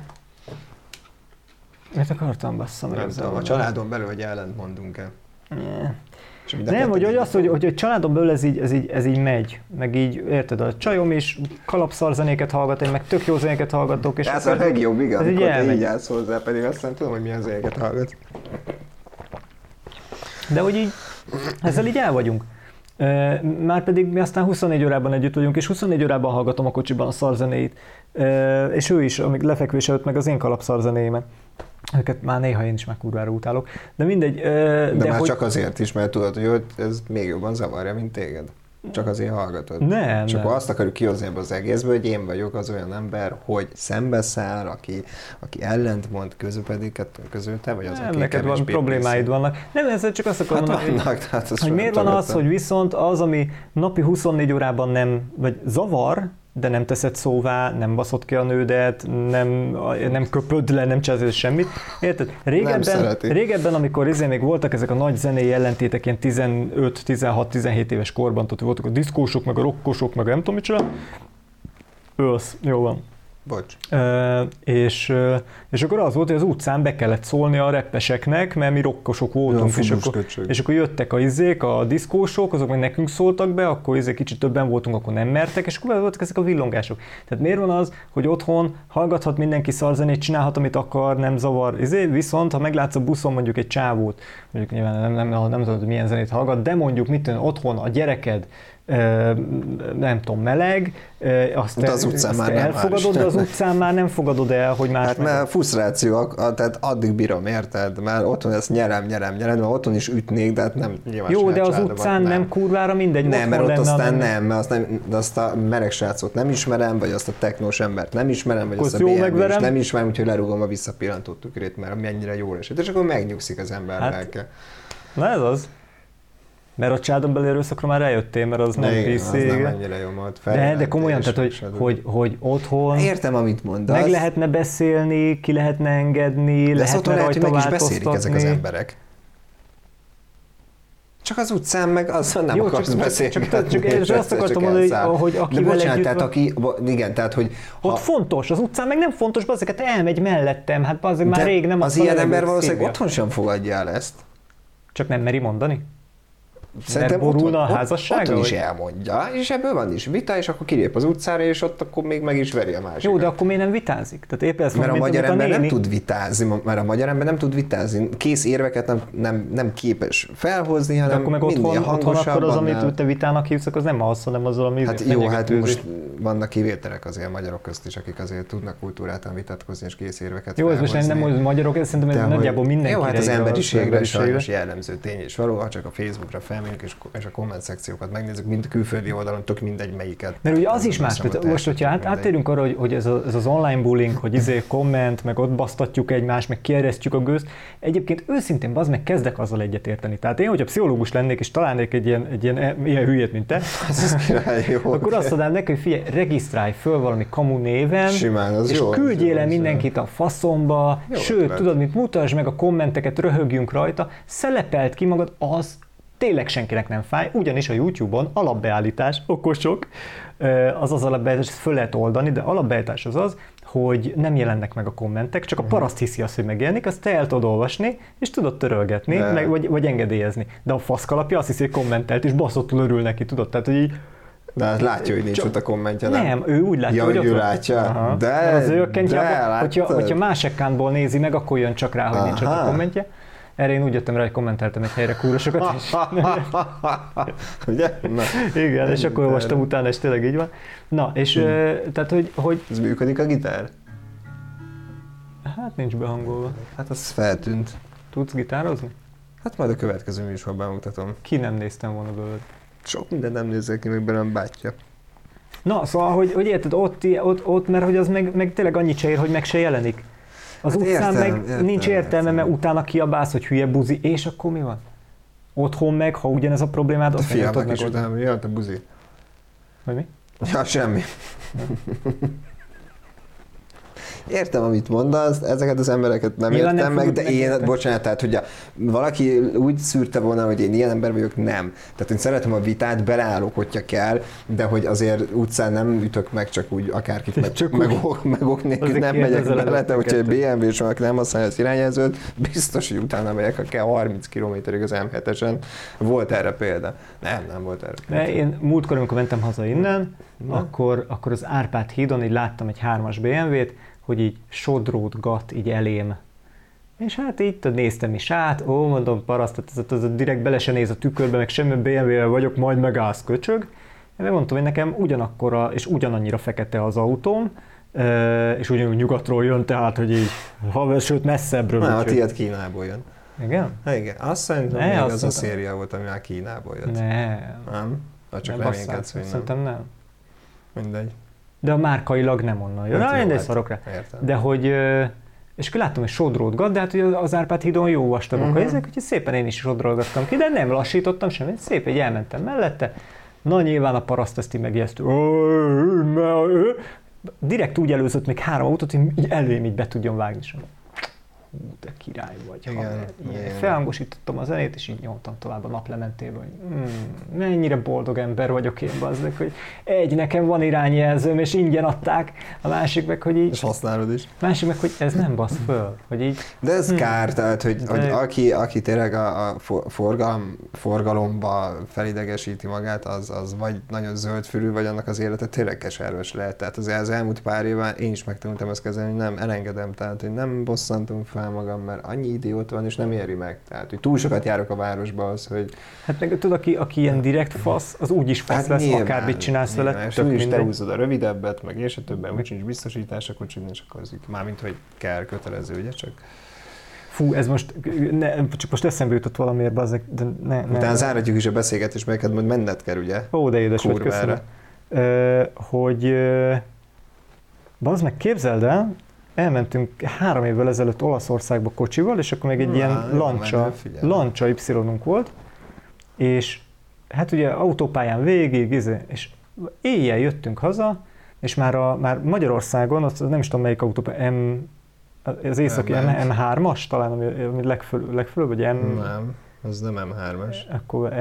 Mit akartam, basszam? Nem tudom, a családon belül, hogy ellent mondunk el. Yeah. Nem, hogy, hogy az, hogy, hogy, hogy családon belül ez így, ez, így, ez így megy, meg így, érted, a csajom is kalapszar zenéket hallgat, én meg tök jó zenéket hallgatok, és ez a legjobb, igaz, amikor te így állsz hozzá, pedig azt nem tudom, hogy milyen zenéket hallgatsz. De hogy így, ezzel így el vagyunk. Márpedig mi aztán huszonnégy órában együtt vagyunk, és huszonnégy órában hallgatom a kocsiban a szarzenéit, és ő is, amíg lefekvés előtt meg az én kalapszarzenéimet. Őket már néha én is már kurvára utálok, de mindegy. De, de már hogy... csak azért is, mert tudod, hogy ez még jobban zavarja, mint téged. Csak azért hallgatod. Nem, Csak nem. azt akarjuk kihozni ebből az egészből, hogy én vagyok az olyan ember, hogy szembeszáll, aki, aki ellentmond, közül pedig közül te vagy az, aki neked van problémáid vannak. Nem, ezzel csak azt akarom hát mondani, vannak, hát hogy, hogy miért van az, hogy viszont az, ami napi huszonnégy órában nem, vagy zavar, de nem teszed szóvá, nem baszod ki a nődet, nem, nem köpöd le, nem csinálsz semmit. Érted? Régebben, régebben, amikor izé még voltak ezek a nagy zenei ellentétek, ilyen tizenöt, tizenhat, tizenhét éves korban, tehát voltak a diszkósok, meg a rokkosok, meg a nem tudom micsoda, ölsz, jó van. Bocs. Uh, és, uh, és akkor az volt, hogy az utcán be kellett szólni a reppeseknek, mert mi rokkosok voltunk, ja, és, akkor, és akkor jöttek a izék, a diszkósok, azok meg nekünk szóltak be, akkor izé kicsit többen voltunk, akkor nem mertek, és akkor voltak ezek a villongások. Tehát miért van az, hogy otthon hallgathat mindenki szarzenét, csinálhat, amit akar, nem zavar, izé, viszont ha meglátsz a buszon mondjuk egy csávót, mondjuk nyilván nem, nem, nem, nem tudod, milyen zenét hallgat, de mondjuk mit tűn, otthon a gyereked, nem tudom, meleg, azt, de az utcán azt már elfogadod, de az utcán már nem fogadod el, hogy más. Hát mert frusztráció, tehát addig bírom, érted? Már otthon ezt nyerem, nyerem, nyerem, mert otthon is ütnék, de hát nem nyilván. Jó, de az utcán nem. nem kurvára mindegy. Nem, mert ott aztán nem, mert azt, nem, de azt a mereg srácot nem ismerem, vagy azt a technós embert nem ismerem, vagy azt a bé em vé-s nem ismerem, úgyhogy lerúgom a visszapillantó tükrét, mert mennyire jól esett. És akkor megnyugszik az ember hát, lelke. Na ez az. Mert a családon belül erőszakra már eljöttél, mert az nem pé cé. Az nem ennyire jó volt. De, de komolyan, tehát hogy, hogy, hogy otthon értem, amit mondasz. Meg lehetne beszélni, ki lehetne engedni, de lehetne lehet, rajta hogy meg is változtatni. beszélik ezek az emberek. Csak az utcán meg azzal nem jó, akarsz csak, beszélni. Csak, csak, csak, csak azt akartam mondani, hogy, hogy akivel de bocsánat, együtt tehát van, aki, igen, tehát hogy... Ott ha, fontos, az utcán meg nem fontos, bazzeg, elmegy mellettem, hát bazzeg már rég nem az ilyen ember valószínűleg otthon sem fogadja el ezt. Csak nem meri mondani? Szerintem borulna a házassága? Otthon is elmondja, és ebből van is vita, és akkor kilép az utcára, és ott akkor még meg is veri a másikat. Jó, de akkor miért nem vitázik? Tehát épp ezt mert mondom, a magyar mint, ember a nem tud vitázni, mert a magyar ember nem tud vitázni, kész érveket nem, nem, nem képes felhozni, hanem de akkor meg otthon, otthon akkor az, amit te vitának hívsz, az nem az, hanem azzal, ami hát jó, hát most vannak kivételek azért a magyarok közt is, akik azért tudnak kultúráltan vitatkozni, és kész érveket jó, felhozni. Jó, ez most nem az magyarok, ez szerintem ez nagyjából mindenkire. Jó, hát az emberiségre sajnos jellemző tény és való, ha csak a Facebookra felmegyünk, és a komment szekciókat megnézzük, mint a külföldi oldalon, tök mindegy melyiket. Mert ugye az is más, tehát most, hogyha át, áttérünk arra, hogy, hogy ez, a, ez az online bullying, hogy izé komment, meg ott basztatjuk egymást, meg kieresztjük a gőzt, egyébként őszintén bazd meg kezdek azzal egyetérteni. Tehát én, hogyha pszichológus lennék, és találnék egy ilyen, egy ilyen, ilyen hülyét, mint te, jó, akkor azt adnám neki, hogy figyelj, regisztrálj föl valami kamu néven, simán, az és jó, küldjél el jó, mindenkit a faszomba, jó, sőt, lehet. Tudod, mit mutasd meg a kommenteket, röhögjünk rajta, szelepeld ki magad, az tényleg senkinek nem fáj, ugyanis a YouTube-on alapbeállítás, okosok, az az alapbeállítás, ezt föl lehet oldani, de alapbeállítás az az, hogy nem jelennek meg a kommentek, csak a paraszt hiszi azt, hogy megjelenik, azt te el tudod olvasni, és tudod törölgetni, meg, vagy, vagy engedélyezni. De a faszkalapja azt hiszi, hogy kommentelt, és baszottul örül neki, tudod? Tehát, hogy így, de hát látja, hogy nincs csak ott a kommentje, nem? Nem, ő úgy látja, ja, hogy ott ő látja. Aha. De, az ő accountjában, hogyha, láttad? hogyha más accountból nézi meg, akkor jön csak rá, hogy aha. nincs ott a kommentje. Erre én úgy jöttem rá, hogy kommenteltem egy helyre kúrosokat is. Ugye? Na. Igen, és akkor olvastam utána, és tényleg így van. Na, és hmm. tehát, hogy, hogy... Ez működik a gitár? Hát nincs behangolva. Hát az feltűnt. Tudsz gitározni? Hát majd a következő műsorban bemutatom. Ki nem néztem volna belőle. Sok minden nem nézzek ki, még belőlem bátyja. Na, szóval, hogy, hogy érted, ott, ott, ott, mert hogy az meg, meg tényleg annyit se ér, hogy meg se jelenik. Az hát utcán értem, meg értem, nincs értelme, értem. Mert utána kiabálsz, hogy hülye buzi, és akkor mi van? Otthon meg, ha ugyanez a problémád, azt nem tudod meg utána, mi jött a buzi? Vagy mi? Ja, semmi. Értem, amit mondasz, ezeket az embereket nem Nyilván értem nem meg, de én, értem. bocsánat, tehát, hogy valaki úgy szűrte volna, hogy én ilyen ember vagyok, nem. Tehát én szeretem a vitát, beleállok, hogyha kell, de hogy azért utcán nem ütök meg, csak úgy akárkit meg, csak meg, meg, meg ok nélkül nem megyek bele, de hogyha egy bé em vé-s valaki nem használja az irányjelzőt, biztos, hogy utána megyek, ha kell harminc kilométerig az em hetesen. Volt erre példa. Nem, nem volt erre példa. De én múltkor, amikor mentem haza innen, akkor, akkor az Árpád hídon így láttam egy hármas bé em vét, hogy így sodródgat így elém. És hát így néztem is át, ó, mondom, paraszt, ez, ez, ez direkt bele se néz a tükörbe, meg semmi bé em vé-vel vagyok, majd megállsz, köcsög. Én mondtam, hogy nekem ugyanakkora és ugyanannyira fekete az autóm, és ugyanúgy nyugatról jön, tehát, hogy így, ha, sőt messzebbről. Na, a tiéd Kínából jön. Igen? Ha, igen. Azt szerintem ne, még az a széria volt, ami már Kínából jött. Nem. Nem? Ha csak reménykedsz, hogy nem. Szerintem nem. Mindegy. De a márkailag nem onnan jön. Na, én szarok rá. De hogy, és akkor láttam, hogy sodródgat, de hát hogy az Árpád hídon jó vastagok uh-huh. a ezek, úgyhogy szépen én is sodródgattam ki, de nem lassítottam semmit, szép, egy elmentem mellette. Na nyilván a paraszt ezt így megijesztő. Direkt úgy előzött még három autót, hogy így elém így be tudjon vágni sem. Hú, de király vagy. Igen, igen. Felhangosítottam a zenét, és így nyomtam tovább a naplementéből. Hmm, mennyire boldog ember vagyok én, bazdmeg, hogy egy, nekem van irányjelzőm, és ingyen adták, a másik meg, hogy így... És használod is. Másik meg, hogy ez nem basz föl, hogy így... De ez hmm. kár, tehát, hogy, de... hogy aki, aki tényleg a, a forgalom, forgalomba felidegesíti magát, az, az vagy nagyon zöldfülű, vagy annak az élete tényleg keserves lehet. Tehát az, az elmúlt pár évben én is megtanultam ezt kezelni, hogy nem elengedem, tehát hogy nem bosszantom fel magam, mert annyi idiót van, és nem éri meg. Tehát, hogy túl sokat járok a városba az, hogy... Hát meg tudod, aki, aki ilyen direkt fasz, az úgyis fasz hát lesz, nyilván, akármit csinálsz vele, tök mindegy. És te húzod a rövidebbet, meg és a többen, úgy sincs biztosítás a kocsin, és akkor az mármint, hogy kell kötelező, ugye csak... Fú, ez most, ne, csak most eszembe jutott valamiért, bazzeg, de ne, ne. Utána záradjuk is a beszélgetést, mert majd menned kell, ugye? Ó, de édes vagy, köszönöm. Uh, hogy, uh, bazd meg, képzeld el, elmentünk három évvel ezelőtt Olaszországba kocsival, és akkor még egy Na, ilyen Lancia, Lancia Y-unk volt, és hát ugye autópályán végig, és éjjel jöttünk haza, és már, a, már Magyarországon, az nem is tudom melyik autópálya, M, az északi em hármas talán, ami, ami legföl, legfölebb, vagy M... Nem, az nem em hármas. Akkor,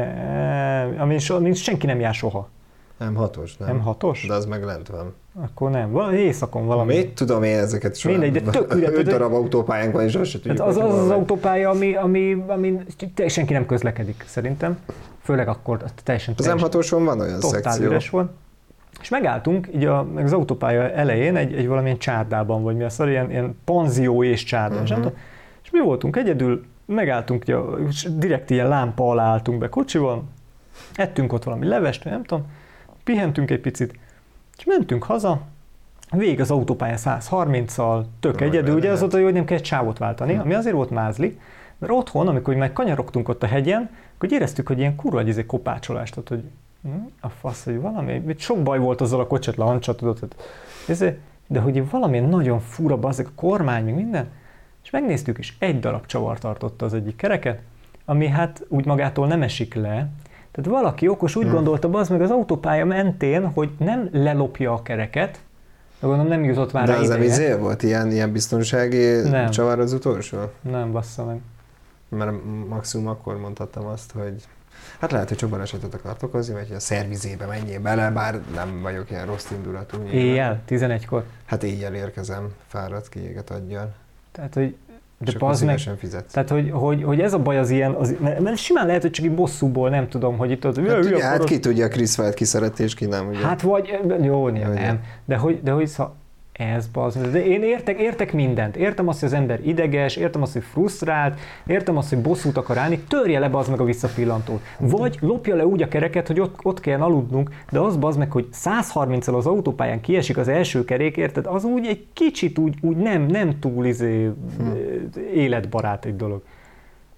e, ami, ami senki nem jár soha. em hatos, nem? em hatos? De az meg lent van. Akkor nem, valami éjszakon valami. Mit tudom én ezeket soha? Mindegy, de tök ügyet. Öt darab autópályánk van, és azt se tudjuk. Az az, az autópálya, ami, ami, ami senki nem közlekedik szerintem. Főleg akkor teljesen... Az em hatoson van olyan szekció. Üres volt. És megálltunk, így a, meg az autópálya elején egy, egy valamilyen csárdában, vagy mi az, ilyen, ilyen panzió és csárda. Uh-huh. És mi voltunk egyedül, megálltunk, és direkt ilyen lámpa alá álltunk be kocsival, ettünk ott valami levest, nem tudom, pihentünk egy picit, és mentünk haza, végig az autópálya száz harminccal, tök egyedül, ugye az ott, hogy nem kell sávot váltani, ami azért volt mázli, mert otthon, amikor meg kanyarogtunk ott a hegyen, akkor éreztük, hogy ilyen kurva egy kopácsolást, tehát, hogy hm, a fasz, hogy valami, sok baj volt azzal a kocsit, Lancia, tudod, tehát, de hogy valami nagyon fura, bazzeg, a kormány, meg minden, és megnéztük, és egy darab csavar tartotta az egyik kereket, ami hát úgy magától nem esik le. Tehát valaki okos úgy hmm. gondolta, bazd meg az autópálya mentén, hogy nem lelopja a kereket, de gondolom nem jutott már rá ideje. De az izé volt ilyen, ilyen biztonsági nem. csavar az utolsó? Nem, bassza meg. Mert maximum akkor mondhattam azt, hogy hát lehet, hogy csak balesetet akart okozni, vagy hogy a szervizébe menjél bele, bár nem vagyok ilyen rossz indulatú. Éjjel? tizenegykor? Hát éjjel érkezem, fáradt, ki éget adjon. Tehát, hogy de és akkor meg, fizetsz. Tehát, hogy, hogy, hogy ez a baj az ilyen, az, mert simán lehet, hogy csak egy bosszúból, nem tudom, hogy itt ott... Hát, ugye, ugye, hát ki tudja, Chris White kiszereti, és ki nem, ugye? Hát vagy, jó, nem, nem. De hogy, de hogy szá, ez bazd, de én értek, értek mindent. Értem azt, hogy az ember ideges, értem azt, hogy frusztrált, értem azt, hogy bosszút akar állni, törje le bazd meg a visszapillantót. Vagy lopja le úgy a kereket, hogy ott, ott kell aludnunk, de az bazd meg, hogy száz harminccal az autópályán kiesik az első kerék, érted? Az úgy egy kicsit úgy, úgy nem, nem túl izé, hm. életbarát egy dolog.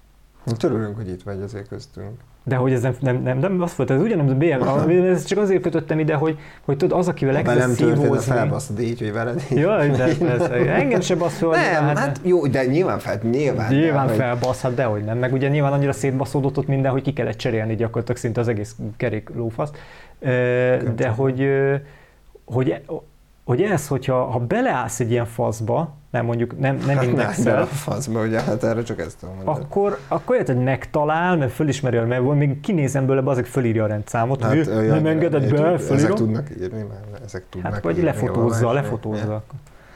Törülünk, hogy itt vagy azért köztünk. De hogy ez nem, nem, nem, nem azt volt, ez ugyanaz a bé em, ez csak azért kötöttem ide, hogy, hogy tudod, az, akivel elkezdesz szívózni. Ha nem történne, felbasztod így, hogy veled így. Jaj, de persze, engem se baszol. Nem, hát, hát jó, de nyilván fel, nyilván. Nyilván de, felbasz, hát dehogy nem, meg ugye nyilván annyira szétbaszódott ott minden, hogy ki kellett cserélni gyakorlatilag szinte az egész kerék lófaszt. De hogy, hogy, hogy ez, hogyha ha beleállsz egy ilyen faszba, nem mondjuk, nem, nem hát indexel. a faszba, ugye, hát erre csak ezt tudom mondani. Akkor, akkor érted, hogy megtalál, mert fölismeri, mert még kinézem bőle, azok fölírja a rendszámot, hát, hogy nem engedett be, fölírom. Ezek tudnak írni, mert ezek tudnak hát vagy írni, lefotózza, lefotózza. Ja.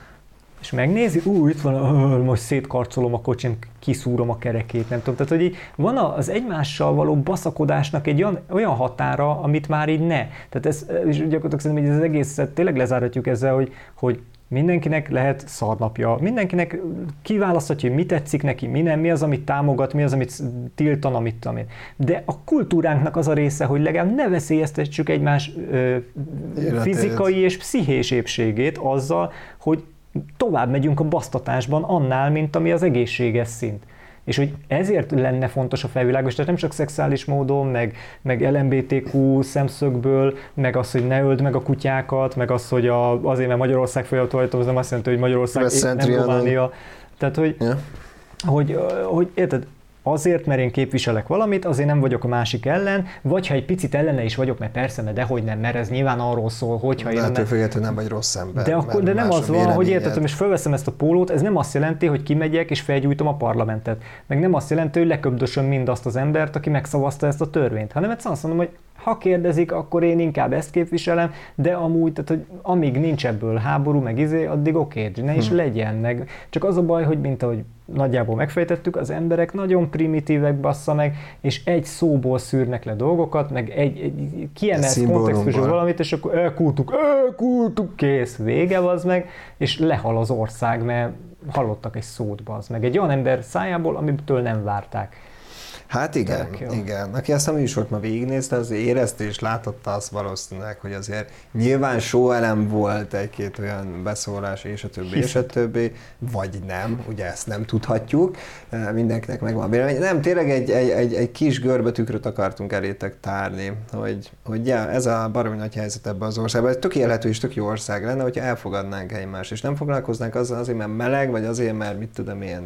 És megnézi, ú, itt van, most szétkarcolom a kocsim, kiszúrom a kerekét, nem tudom. Tehát, hogy így van az egymással való baszakodásnak egy olyan, olyan határa, amit már így ne. Tehát ez, és gyakorlatilag szerintem hogy az egészet tényleg lezárhatjuk ezzel, hogy, hogy mindenkinek lehet szarnapja, mindenkinek kiválaszthatja, hogy mi tetszik neki, mi nem, mi az, amit támogat, mi az, amit tiltan, amit tudom én. De a kultúránknak az a része, hogy legalább ne veszélyeztessük egymás ö, fizikai és pszichés épségét azzal, hogy tovább megyünk a basztatásban annál, mint ami az egészséges szint. És hogy ezért lenne fontos a felvilágosítás, nem csak szexuális módon, meg, meg el em bé té kú szemszögből, meg az, hogy ne öld meg a kutyákat, meg az, hogy a, azért, mert Magyarország folyamatos, az nem azt jelenti, hogy Magyarország nem Románia. Tehát, hogy, yeah. hogy, hogy érted, azért, mert én képviselek valamit, azért nem vagyok a másik ellen, vagy ha egy picit ellene is vagyok, mert persze, mert dehogy nem, mert ez nyilván arról szól, hogyha de én nem... függetlenül nem vagy rossz ember. De, akkor, de nem az van, hogy érted, és fölveszem ezt a pólót, ez nem azt jelenti, hogy kimegyek és felgyújtom a parlamentet. Meg nem azt jelenti, hogy leköbdösöm mindazt az embert, aki megszavazta ezt a törvényt, hanem ezt azt mondom, hogy ha kérdezik, akkor én inkább ezt képviselem, de amúgy, tehát, hogy amíg nincs ebből háború, meg izé, addig oké, ne is hmm. legyen meg. Csak az a baj, hogy mint ahogy nagyjából megfejtettük, az emberek nagyon primitívek, bassza meg, és egy szóból szűrnek le dolgokat, meg egy, egy kiemelt kontextusból valamit, és akkor elkultuk, elkultuk, kész, vége az meg, és lehal az ország, mert hallottak egy szót, bazd meg. Egy olyan ember szájából, amitől nem várták. Hát igen, igen. Aki ezt a műsort ma végignézte, az érezte és látotta azt valószínűleg, hogy azért nyilván sóelem volt egy-két olyan beszólás, és a többi, és a többi, vagy nem, ugye ezt nem tudhatjuk, mindenkinek megvan vélemény. Nem, tényleg egy, egy, egy, egy kis görbetükröt akartunk elétek tárni, hogy, hogy ja, ez a baromi nagy helyzet ebben az országban, ez tök élhető és tök jó ország lenne, hogyha elfogadnánk egymást, és nem foglalkoznánk azzal azért, mert meleg, vagy azért, mert mit tudom én,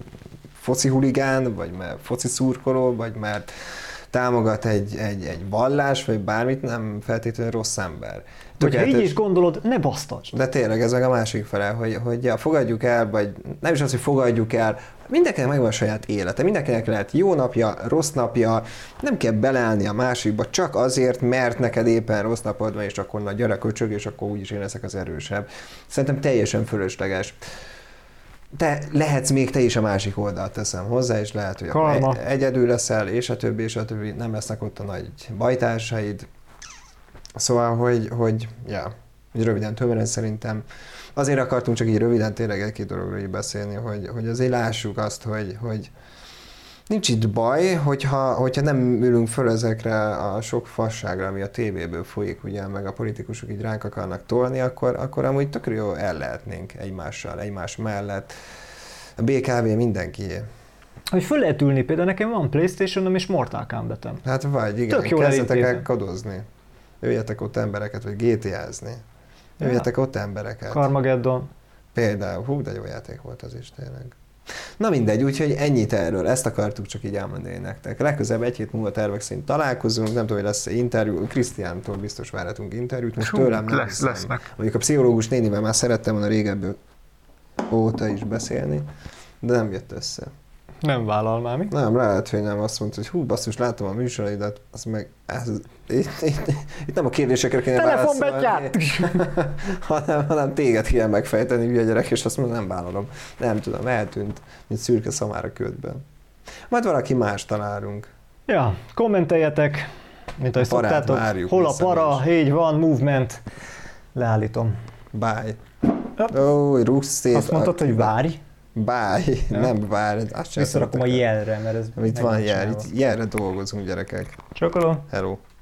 foci huligán, vagy mert foci szurkoló, vagy mert támogat egy, egy, egy vallás, vagy bármit, nem feltétlenül rossz ember. Hogyha így is gondolod, ne basztasd. De tényleg ez meg a másik fele, hogy, hogy ja, fogadjuk el, vagy nem is az, hogy fogadjuk el, mindenkinek megvan a saját élete, mindenkinek lehet jó napja, rossz napja, nem kell beleállni a másikba, csak azért, mert neked éppen rossz napod van, és akkor na gyere köcsög, és akkor úgyis én leszek az erősebb. Szerintem teljesen fölösleges. De lehetsz még te is a másik oldalt, teszem hozzá, és lehet, hogy Karma. egyedül leszel, és a többi, és a többi, nem lesznek ott a nagy bajtársaid. Szóval, hogy, hogy ja, hogy röviden, tömören szerintem azért akartunk csak így röviden tényleg egy-két dologról így beszélni, hogy, hogy azért lássuk azt, hogy, hogy nincs itt baj, hogyha, hogyha nem ülünk föl ezekre a sok fasságra, ami a tévéből folyik, ugye, meg a politikusok így ránk akarnak tolni, akkor, akkor amúgy tökre jó el lehetnénk egymással, egymás mellett. A bé ká vé mindenkié. Hogy föl lehet ülni, például nekem van PlayStation-om és Mortal Kombat-em. Hát vagy, igen, kezdetek el kodozni. Jöjjetek ott embereket, vagy gé té á-zni. Jöjjetek ja. ott embereket. Carmageddon. Például, hú, de jó játék volt az is tényleg. Na mindegy, úgyhogy ennyit erről, ezt akartuk csak így elmondani nektek. Legközelebb egy hét múlva tervek szerint találkozunk, nem tudom, hogy lesz interjú, Krisztiántól biztos várhatunk interjút, most tőlem nem lesz, lesznek. Mondjuk a pszichológus nénivel már szerettem volna régebben óta is beszélni, de nem jött össze. Nem vállal már mi? Nem, lehet, hogy nem. Azt mondta, hogy hú, basszus, látom a műsoraidat, az meg, ez, itt, itt, itt nem a kérdésekre kéne válaszolni, hanem, hanem téged kéne megfejteni, hülye gyerek, és azt mondom, nem vállalom. Nem tudom, eltűnt, mint szürke szamár a ködben. Majd valaki más találunk. Ja, kommenteljetek, mint ahogy szoktátok. Hol a para, így van, movement. Leállítom. Bye. Ó, rúgsz szét. Azt mondtad, hogy várj? Báj, ja. nem várj. Visszarakom a jelre, mert ez... Itt van jel, itt jelre dolgozunk, gyerekek. Csokolom. Hello.